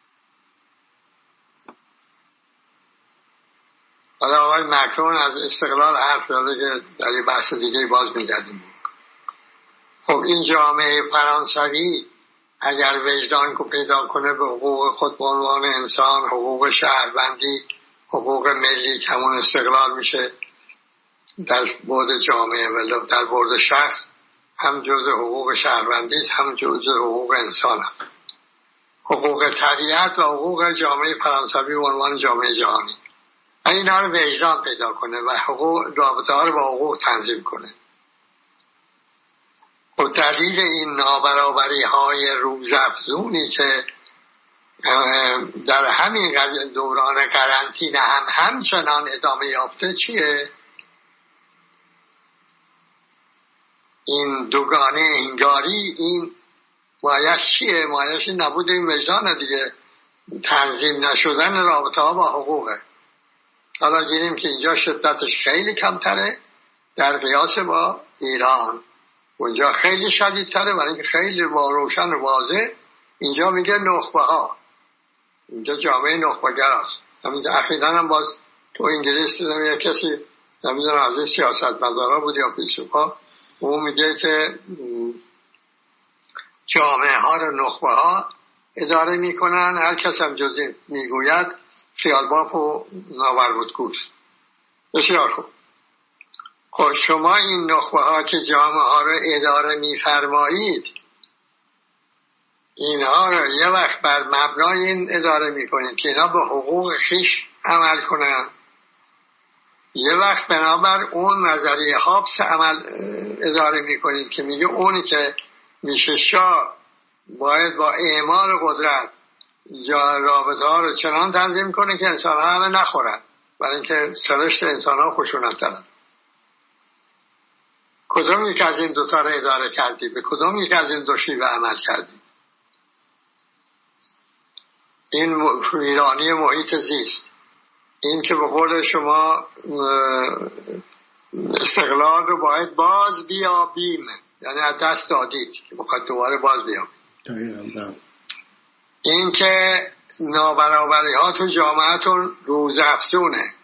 حالا آقای مکرون از استقلال حرف زده که در یه بحث دیگه باز می‌گردیم. خب این جامعه فرانسوی اگر وجدان کو پیدا کنه به حقوق خود به عنوان انسان، حقوق شهروندی، حقوق ملی که همون استقلال میشه در بعد جامعه و در بعد شخص، هم جزء حقوق شهروندی است هم جزء حقوق انسان است. حقوق طبیعت و حقوق جامعه فرانسوی به عنوان جامعه جهانی اینا رو وجدان پیدا کنه و حقوق رابطه ها رو با حقوق تنظیم کنه. و دلیل این نابرابری های روزافزونی که در همین دوران قرنطینه هم همچنان ادامه یافته چیه؟ این دوگانه انگاری، این مایش چیه؟ مایش نبود این وجدان دیگه، تنظیم نشدن رابطه ها با حقوقه. حالا گیریم که اینجا شدتش خیلی کمتره در قیاس با ایران، اونجا خیلی شدیدتره ولی خیلی روشن و واضح. اینجا میگه نخبه ها، اینجا جامعه نخبه‌گر است. همین اخیراً هم باز تو انگلیس دیدم یه کسی نمیدونم از این سیاستمدارا بود یا فیلسوفا، اون میگه که جامعه ها رو نخبه ها اداره میکنن، هر کس هم جز این میگوید خیال باف و ناوربودگوست. بسیار خوب. خب شما این نخبه ها که جامعه ها رو اداره میفرمایید، اینها رو یه وقت بر مبنای این اداره میکنید که اینا به حقوق خیش عمل کنن، یه وقت بنابر اون نظریه هابس عمل اداره میکنید که میگه اونی که میشه شاه باید با اعمال قدرت یا رابطه ها رو چنان تنظیم کنه که انسان ها همه نخورن، برای اینکه سرشت انسان ها خشونت دارن. کدوم یک از این دوتا رو اداره کردی؟ به کدوم یک از این دو شیوه عمل کردی؟ این ویرانی محیط زیست، این که به قول شما استقلال رو باید باز بیابیم، یعنی از دست دادید که بخواید دوباره باز بیابیم. این که نابرابری ها تو جامعهتون روز افزونه.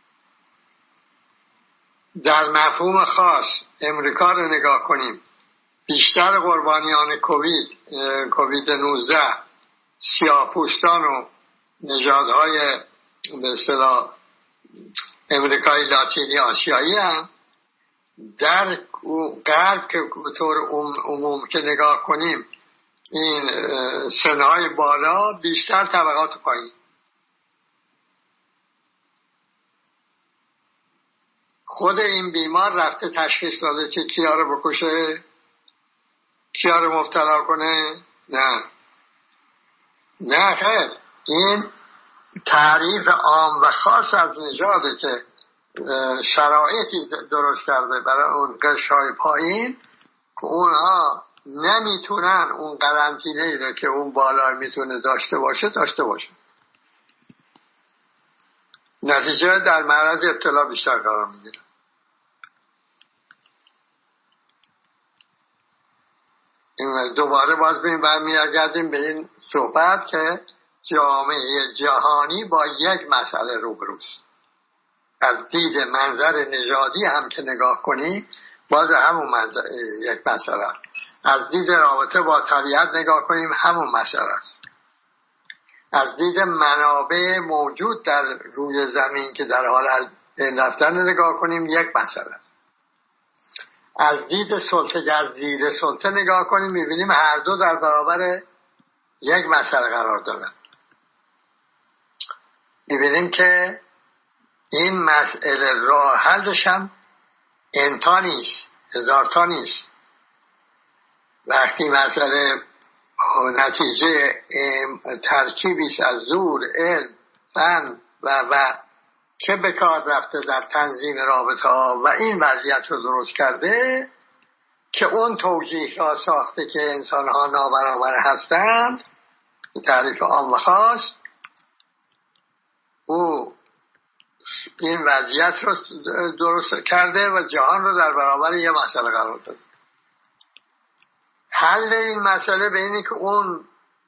در مفهوم خاص امریکا رو نگاه کنیم، بیشتر قربانیان کووید کووید نوزده سیاه‌پوستان و نژادهای به اصطلاح امریکای لاتینی آسیایی هم. در غرب که به طور عموم که نگاه کنیم این سنهای بالا بیشتر طبقات پایین. خود این بیمار رفته تشخیص داده که کیا رو بکشه، کیا رو مبتلا کنه؟ نه نه خیر، این تعریف عام و خاص از نژاده که شرایطی درست کرده برای اون قشرهای پایین که اونها نمیتونن اون قرنطینه‌ای رو که اون بالا میتونه داشته باشه داشته باشه. نتیجه در معرض ابتلا بیشتر قرار میگیره. این دوباره باز بیم برمیگردیم به این صحبت که جامعه جهانی با یک مسئله روبروست. از دید منظر نژادی هم که نگاه کنی باز همون منظر یک مسئله. از دید رابطه با طبیعت نگاه کنیم همون مسئله است. از دید منابع موجود در روی زمین که در حال رفتن نگاه کنیم یک مسئله است. از دید سلطه در زیر سلطه نگاه کنیم میبینیم هر دو در برابر یک مسئله قرار دارن. میبینیم که این مسئله راه حلش هم انتا نیست، هزار تا نیست. وقتی مسئله نتیجه ترکیبیست از زور، علم، فن و و که به کار رفته در تنظیم رابطه ها و این وضعیت رو درست کرده که اون توجیه را ساخته که انسان ها نابرابر هستند، تعریف عام و خاص، او این وضعیت رو درست کرده و جهان رو در برابر یه مسئله قرار داده. حل این مسئله به اینه که اون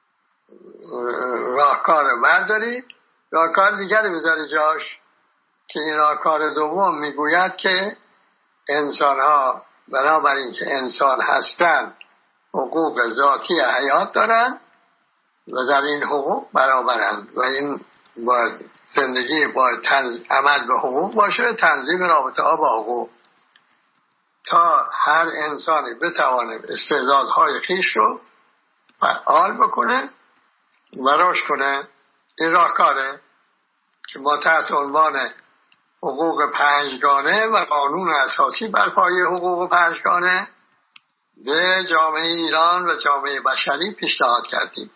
راهکار رو برداری، راهکار دیگر بذاری جاش، که این راهکار دوم میگوید که انسان ها بنابراین که انسان هستند حقوق ذاتی حیات دارند و در این حقوق برابرند و این باید زندگی باید تنز... عمل به حقوق باشه، تنظیم رابطه ها با حقوق، تا هر انسانی بتوانه استعدادهای خویش رو فعال بکنه و رشد کنه. این راهکاره که ما تحت عنوان حقوق پنجگانه و قانون اساسی بر پایه حقوق پنجگانه به جامعه ایران و جامعه بشری پیشنهاد کردیم.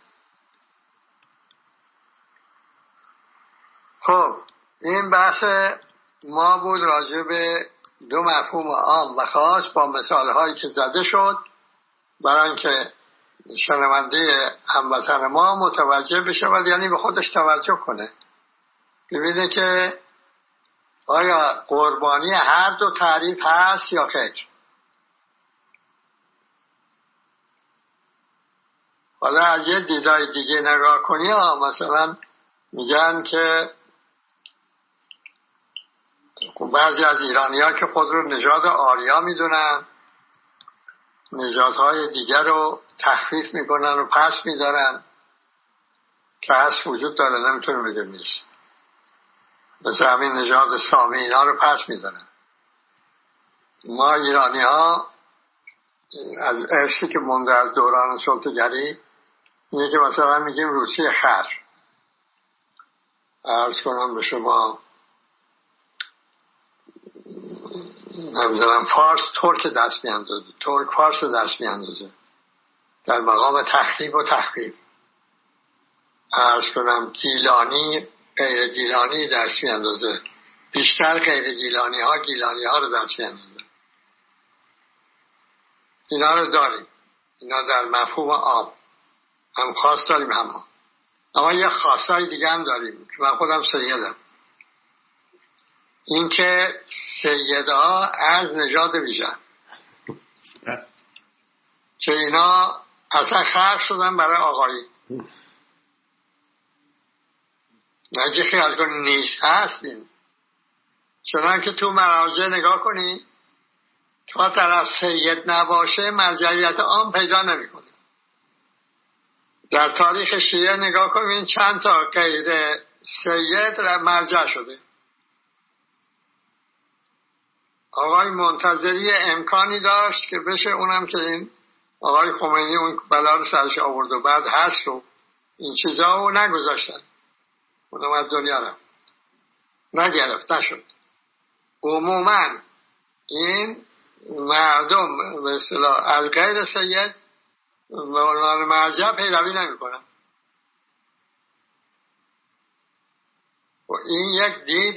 خب این بحث ما بود راجع به دو مفهوم عام و خاص با مثال هایی که زده شد، برای اینکه شنونده هموطن ما متوجه بشه و یعنی به خودش توجه کنه، ببینه که آیا قربانی هر دو تعریف هست یا خیر. حالا از یه دیدای دیگه نگاه کنی ها، مثلا میگن که بعضی از ایرانی ها که خود رو نژاد آریا میدونن، نژادهای دیگر رو تخفیف میکنن و پس میدارن که هست وجود داره، نمیتونه بگه نیست. مثل همین نژاد سامی اینا رو پس میدارن. ما ایرانی ها از ارثی که مونده از دوران سلطه‌گری اینه که مثلا میگیم روسی خر. عرض کنم به شما نمیدونم فارس ترک دست میاندازه، ترک فارس رو دست میاندازه در مقام تخریب و تخریب. عرض کنم گیلانی غیر گیلانی دست میاندازه، بیشتر غیر گیلانی ها گیلانی ها رو دست میاندازه. اینا رو داریم، اینا در مفهوم عام هم خاص داریم هم، اما یه خاصای دیگه هم داریم که من خودم سیدم. این که سیدها از نژاد ویژن که اینا اصلا خلق شدن برای آقایی، نگه خیال کنی نیست هستیم. چنان که تو مراجع نگاه کنی تا طرف سید نباشه مرجعیت عام پیدا نمی کنه. در تاریخ شیعه نگاه کنید چند تا غیر سید مرجع شده. آقای منتظری امکانی داشت که بشه، اونم که این آقای خمینی اون بلا رو سرش آورد و بعد هست و این چیزا رو نگذاشتن، اونم از دنیا رو نگرفت، نشد. عموما این مردم به اصطلاح از غیر سید و اونان مرجع پیروی نمی کنن. و این یک دید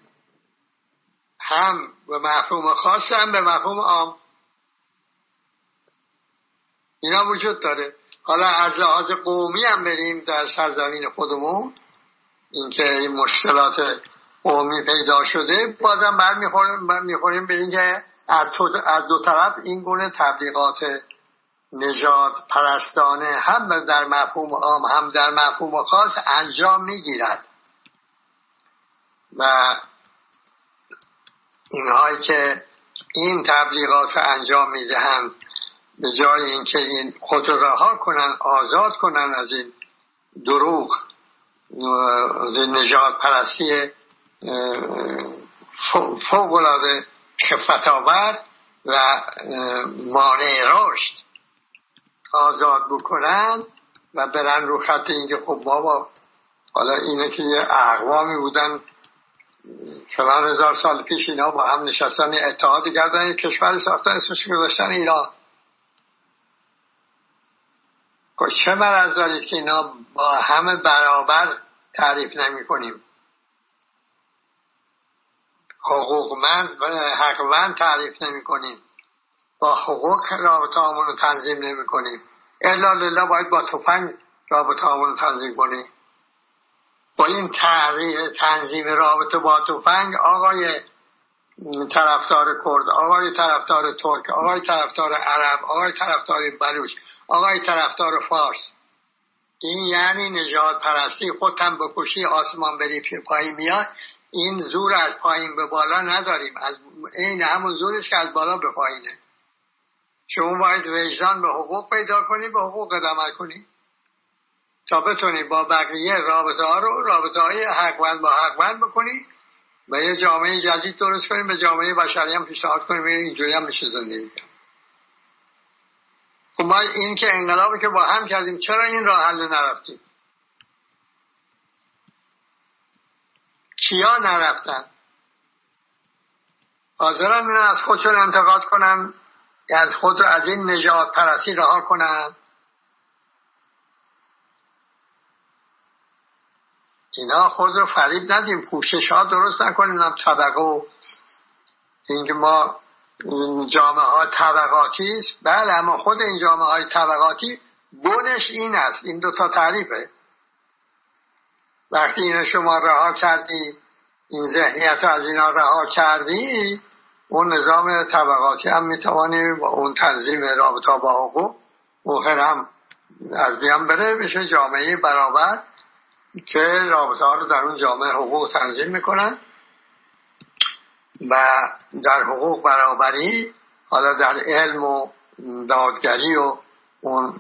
هم به مفهوم خاص هم به مفهوم عام اینا وجود داره. حالا از لحاظ قومی هم بریم در سرزمین خودمون، اینکه این مشکلات قومی پیدا شده، بازم برمیخوریم میخوریم به اینکه از, از دو طرف این گونه تبلیغات نژاد پرستانه هم در مفهوم عام هم در مفهوم خاص انجام میگیرد و اینهایی که این تبلیغات انجام میدهند به جای اینکه این خود را رها کنن، آزاد کنن از این دروغ، از این نژاد پرستی فوق العاده خفت آور و مانع رشد، آزاد بکنن و برن رو خط اینکه خب بابا حالا اینه که یه اقوامی بودن فلان هزار سال پیش، اینا با هم نشستن اتحادی کردن کشور ساختن، اسمش گذاشتن ایران. چه مرز دارید که اینا با همه برابر تعریف نمی کنیم، حقوقمند و حقوقمند تعریف نمی کنیم، با حقوق رابطه همون رو تنظیم نمی کنیم، الا لله باید با تفنگ رابطه همون رو تنظیم کنیم. با این تنظیم رابطه با تفنگ آقای طرفدار کرد، آقای طرفدار ترک، آقای طرفدار عرب، آقای طرفدار بلوچ، آقای طرفدار فارس. این یعنی نژاد پرستی. خودتم بکشی آسمان بری پایین میاد. این زور از پایین به بالا نداریم، از این همون زورش که از بالا به پایینه. شما باید وجدان به حقوق پیدا کنی، به حقوق عمل کنی تا بتونی با بقیه رابطه ها رو رابطه های حقوند با حقوند بکنی و یه جامعه جدید درست کنیم، به جامعه بشری هم پیشنهاد کنیم اینجوری هم میشه زندگی کرد. خب ما این که انقلابی که با هم کردیم چرا این راه حل نرفتیم؟ کیا نرفتن؟ حاضرن این از خودشون انتقاد کنن، از خود رو از این نژاد پرستی رها کنن؟ اینا خود رو فریب ندیم، پوشش ها درست نکنیم. هم طبقه و اینکه ما جامعه ها طبقاتی است، بله، اما خود این جامعه های طبقاتی بنش این است. این دو تا تعریفه. وقتی اینو شما رها کردی، این ذهنیت از اینا رها کردی، اون نظام طبقاتی هم میتوانی با اون تنظیم رابطه با حقوق ممکن هم از بیان بره، بشه جامعه برابر که رابطه ها رو در اون جامعه حقوق تنظیم میکنن و در حقوق برابری، حالا در علم و دادگری و اون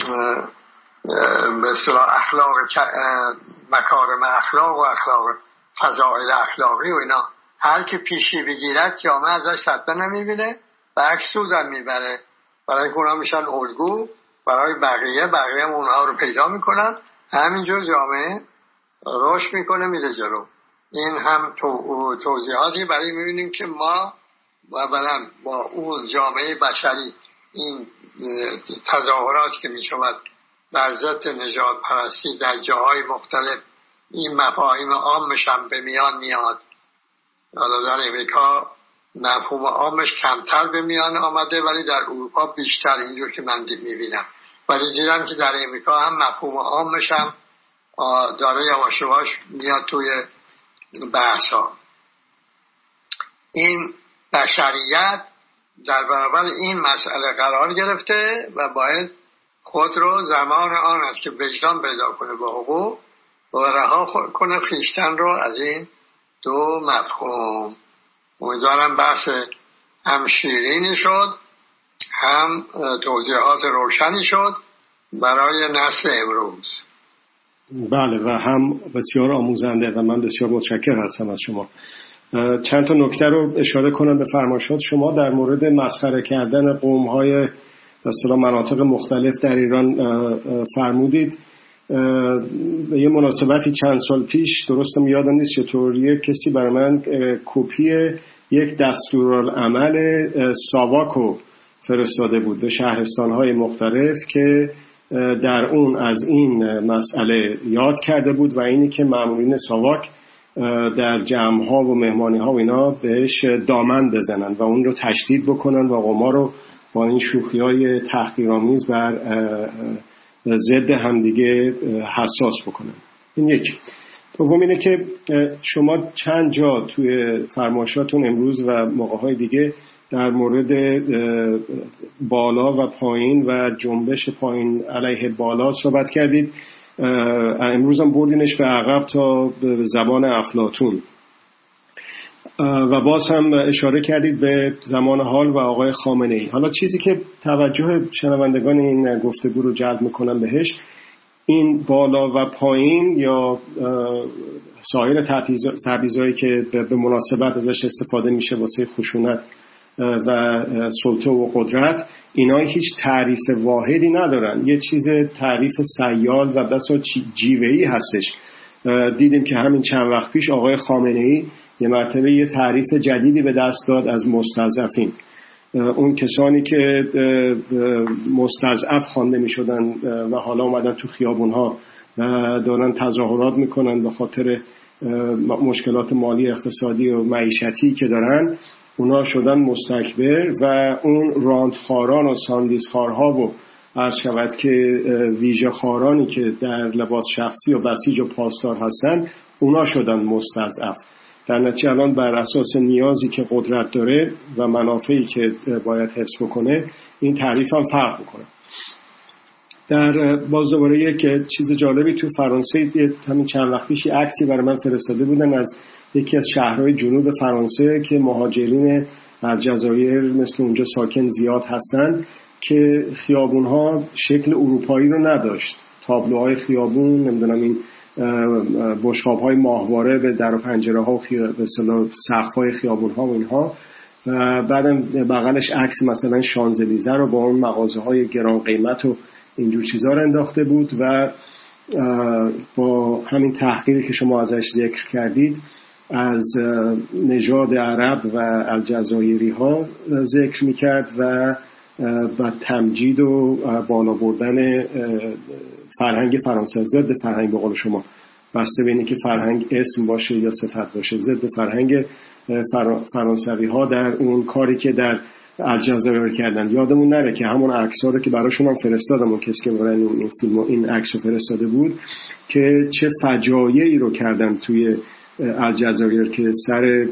به اصطلاح اخلاق مکارم اخلاق و اخلاق فضائل اخلاقی و اینا، هر که پیشی بگیرد جامعه ازش صدمه نمیبینه و عکس سودم میبره. برای اینکه اونا میشن الگو برای بقیه، بقیه هم اونها رو پیدا میکنن، همینجور جامعه رشد میکنه میره جلو. این هم تو توضیحاتی برای میبینیم که ما اولا با اون جامعه بشری این تظاهراتی که میشود بر ضد نژاد پرستی در جاهای مختلف، این مفاهیم عامش هم به میان میاد. حالا در امریکا مفهوم عامش کمتر به میان آمده ولی در اروپا بیشتر، اینجور که من میبینم. ولی دیدم که در امریکا هم مفهوم عامش هم داره یواش یواش میاد توی بحث ها. این بشریت در برابر این مسئله قرار گرفته و باید خود رو زمان آن است که وجدان پیدا کنه با حقوق و رها کنه خویشتن رو از این دو مفهوم. امیدوارم بحث هم شیرینی شد، هم توضیحات روشنی شد برای نسل امروز. بله، و هم بسیار آموزنده و من بسیار متشکر هستم از شما. چند تا نکته رو اشاره کنم به فرمایشات شما در مورد مسخره کردن قوم‌های به اصطلاح مناطق مختلف در ایران فرمودید. به یه مناسبتی چند سال پیش، درستم یادم نیست چطور، یک کسی برای من کپی یک دستورالعمل ساواکو فرستاده بود به شهرستان‌های مختلف که در اون از این مسئله یاد کرده بود و اینی که مامورین ساواک در جمع‌ها و مهمانی‌ها و اینا بهش دامن بزنن و اون رو تشدید بکنن و قوم‌ها رو با این شوخی‌های تحقیرآمیز بر ضد همدیگه حساس بکنن. این یک. دوم اینه که شما چند جا توی فرمایشاتون امروز و موقع‌های دیگه در مورد بالا و پایین و جنبش پایین علیه بالا صحبت کردید. امروز هم بردینش به عقب تا به زمان افلاطون و باز هم اشاره کردید به زمان حال و آقای خامنه ای. حالا چیزی که توجه شنوندگان این گفتگو رو جلب میکنم بهش، این بالا و پایین یا سایر تعبیرهایی که به مناسبت ازش استفاده میشه واسه خشونت و سلطه و قدرت، اینا هیچ تعریف واحدی ندارن. یه چیز تعریف سیال و بسا جیوه‌ای هستش. دیدیم که همین چند وقت پیش آقای خامنه‌ای یه مرتبه یه تعریف جدیدی به دست داد از مستضعفین، اون کسانی که مستضعف خوانده می شدن و حالا اومدن تو خیابونها و دارن تظاهرات میکنن به خاطر مشکلات مالی اقتصادی و معیشتی که دارن، اونا شدن مستکبر و اون راندخاران و ساندیزخارها و عرض شود که ویژه خارانی که در لباس شخصی و بسیج و پاسدار هستن، اونا شدن مستضعف. در نتیجه الان بر اساس نیازی که قدرت داره و منافعی که باید حفظ بکنه این تعریف هم فرق میکنه. در باز دوباره یک چیز جالبی تو فرانسه همین چند وقت پیش عکسی برای من فرستاده بودن از یکی از شهرهای جنوب فرانسه که مهاجرین از جزایر مثل اونجا ساکن زیاد هستن که خیابونها شکل اروپایی رو نداشت. تابلوهای خیابون، نمیدونم این بشقاب‌های ماهواره به در و پنجره ها و به اصطلاح سقف‌های خیابون‌ها و اینها. بعدم بغلش عکس مثلا شانزلیزه رو با اون مغازه‌های گران قیمت و اینجور چیزا رو انداخته بود و با همین تحقیری که شما ازش ذکر کردید از نژاد عرب و الجزایری ها ذکر میکرد و و تمجید و بالا بردن فرهنگ فرانسه ضد فرهنگ، به قول شما بسته به اینه که فرهنگ اسم باشه یا صفت باشه، ضد فرهنگ فرانسوی ها در اون کاری که در الجزایر کردن. یادمون نره که همون عکس‌ها رو که براشون هم فرستادم، اون کسی که برای این فیلم و این عکس رو فرستاده بود، که چه فجایعی رو کردن توی الجزایر که سر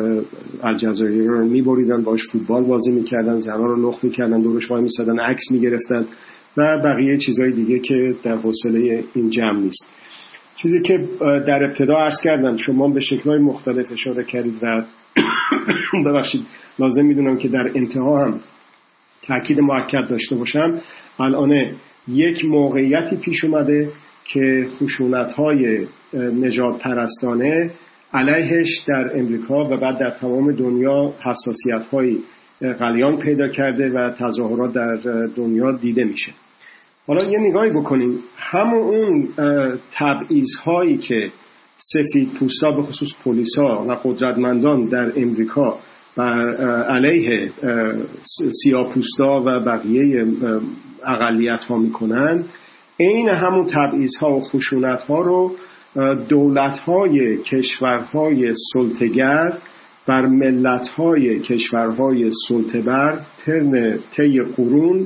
الجزایر رو می‌بریدن، باش فوتبال بازی می‌کردن، زنان رو لخت می‌کردن، دورش وای می‌سادن عکس می‌گرفتن و بقیه چیزای دیگه که در حوصله این جمع نیست. چیزی که در ابتدا عرض کردم شما به شکل‌های مختلف اشاره کردید و ببخشید لازم میدونم که در انتها هم تأکید مؤکد داشته باشم. الان یک موقعیتی پیش اومده که خشونت‌های نژاد پرستانه علیهش در امریکا و بعد در تمام دنیا حساسیت‌های غلیان پیدا کرده و تظاهرات در دنیا دیده میشه. حالا یه نگاهی بکنیم، همون اون تبعیض‌هایی که سفید پوستا به خصوص پلیسا و قدرتمندان در امریکا بر علیه سیاه پوستا و بقیه اقلیت ها میکنن، این همون تبعیض ها و خشونت ها رو دولت های کشورهای سلطه‌گر بر ملت های کشورهای سلطه‌بر ترن طی قرون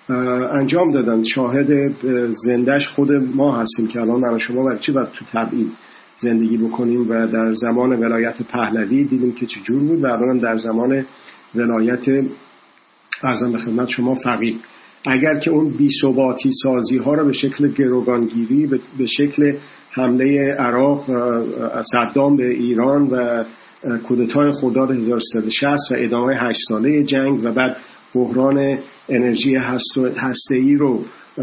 انجام دادن. شاهد زندش خود ما هستیم که الان من شما برای چی باید تو تبعیض زندگی بکنیم و در زمان ولایت پهلوی دیدیم که چجور بود و الان در زمان ولایت ارزم به خدمت شما فقیه. اگر که اون بی‌ثباتی سازی ها رو به شکل گروگانگیری، به شکل حمله عراق صدام به ایران و کودتای خرداد هزار و سیصد و شصت و ادامه هشت ساله جنگ و بعد بحران انرژی هسته‌ای رو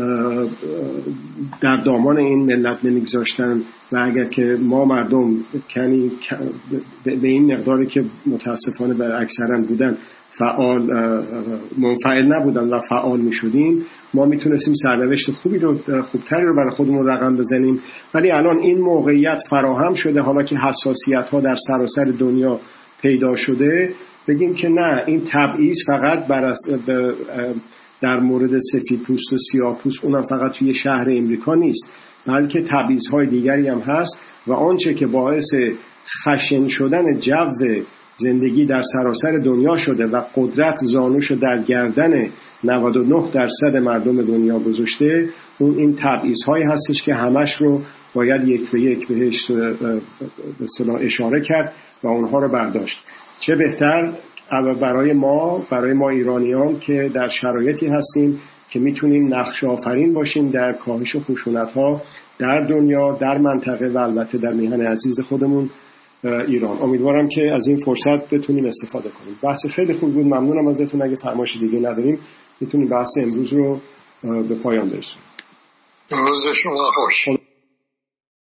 در دامان این ملت نمیگذاشتن و اگر که ما مردم کنی به این مقداری که متاسفانه بر اکثرا بودن فعال منفعل نبودن و فعال می شدیم، ما میتونستیم سرنوشت خوبی رو خوبتری رو برای خودمون رقم بزنیم. ولی الان این موقعیت فراهم شده، حالا که حساسیت ها در سراسر دنیا پیدا شده، بگیم که نه، این تبعیض فقط بر در مورد سفید پوست و سیاه پوست اونم فقط توی شهر امریکا نیست، بلکه تبعیض‌های دیگری هم هست و آنچه که باعث خشن شدن جو زندگی در سراسر دنیا شده و قدرت زانوش در گردن نود و نه درصد مردم دنیا گذاشته، اون این تبعیض‌هایی هستش که همش رو باید یک به یک بهش به اصطلاح اشاره کرد و اونها رو برداشت. چه بهتر برای ما برای ما ایرانیان که در شرایطی هستیم که میتونیم نقش آفرین باشیم در کاهش خشونت‌ها در دنیا، در منطقه و البته در میهن عزیز خودمون ایران. امیدوارم که از این فرصت بتونیم استفاده کنیم. بحث خیلی خوب بود، ممنونم ازتون. اگه فرمایش دیگه نداریم میتونیم بحث امروز رو به پایان برسونیم. روز شما خوش.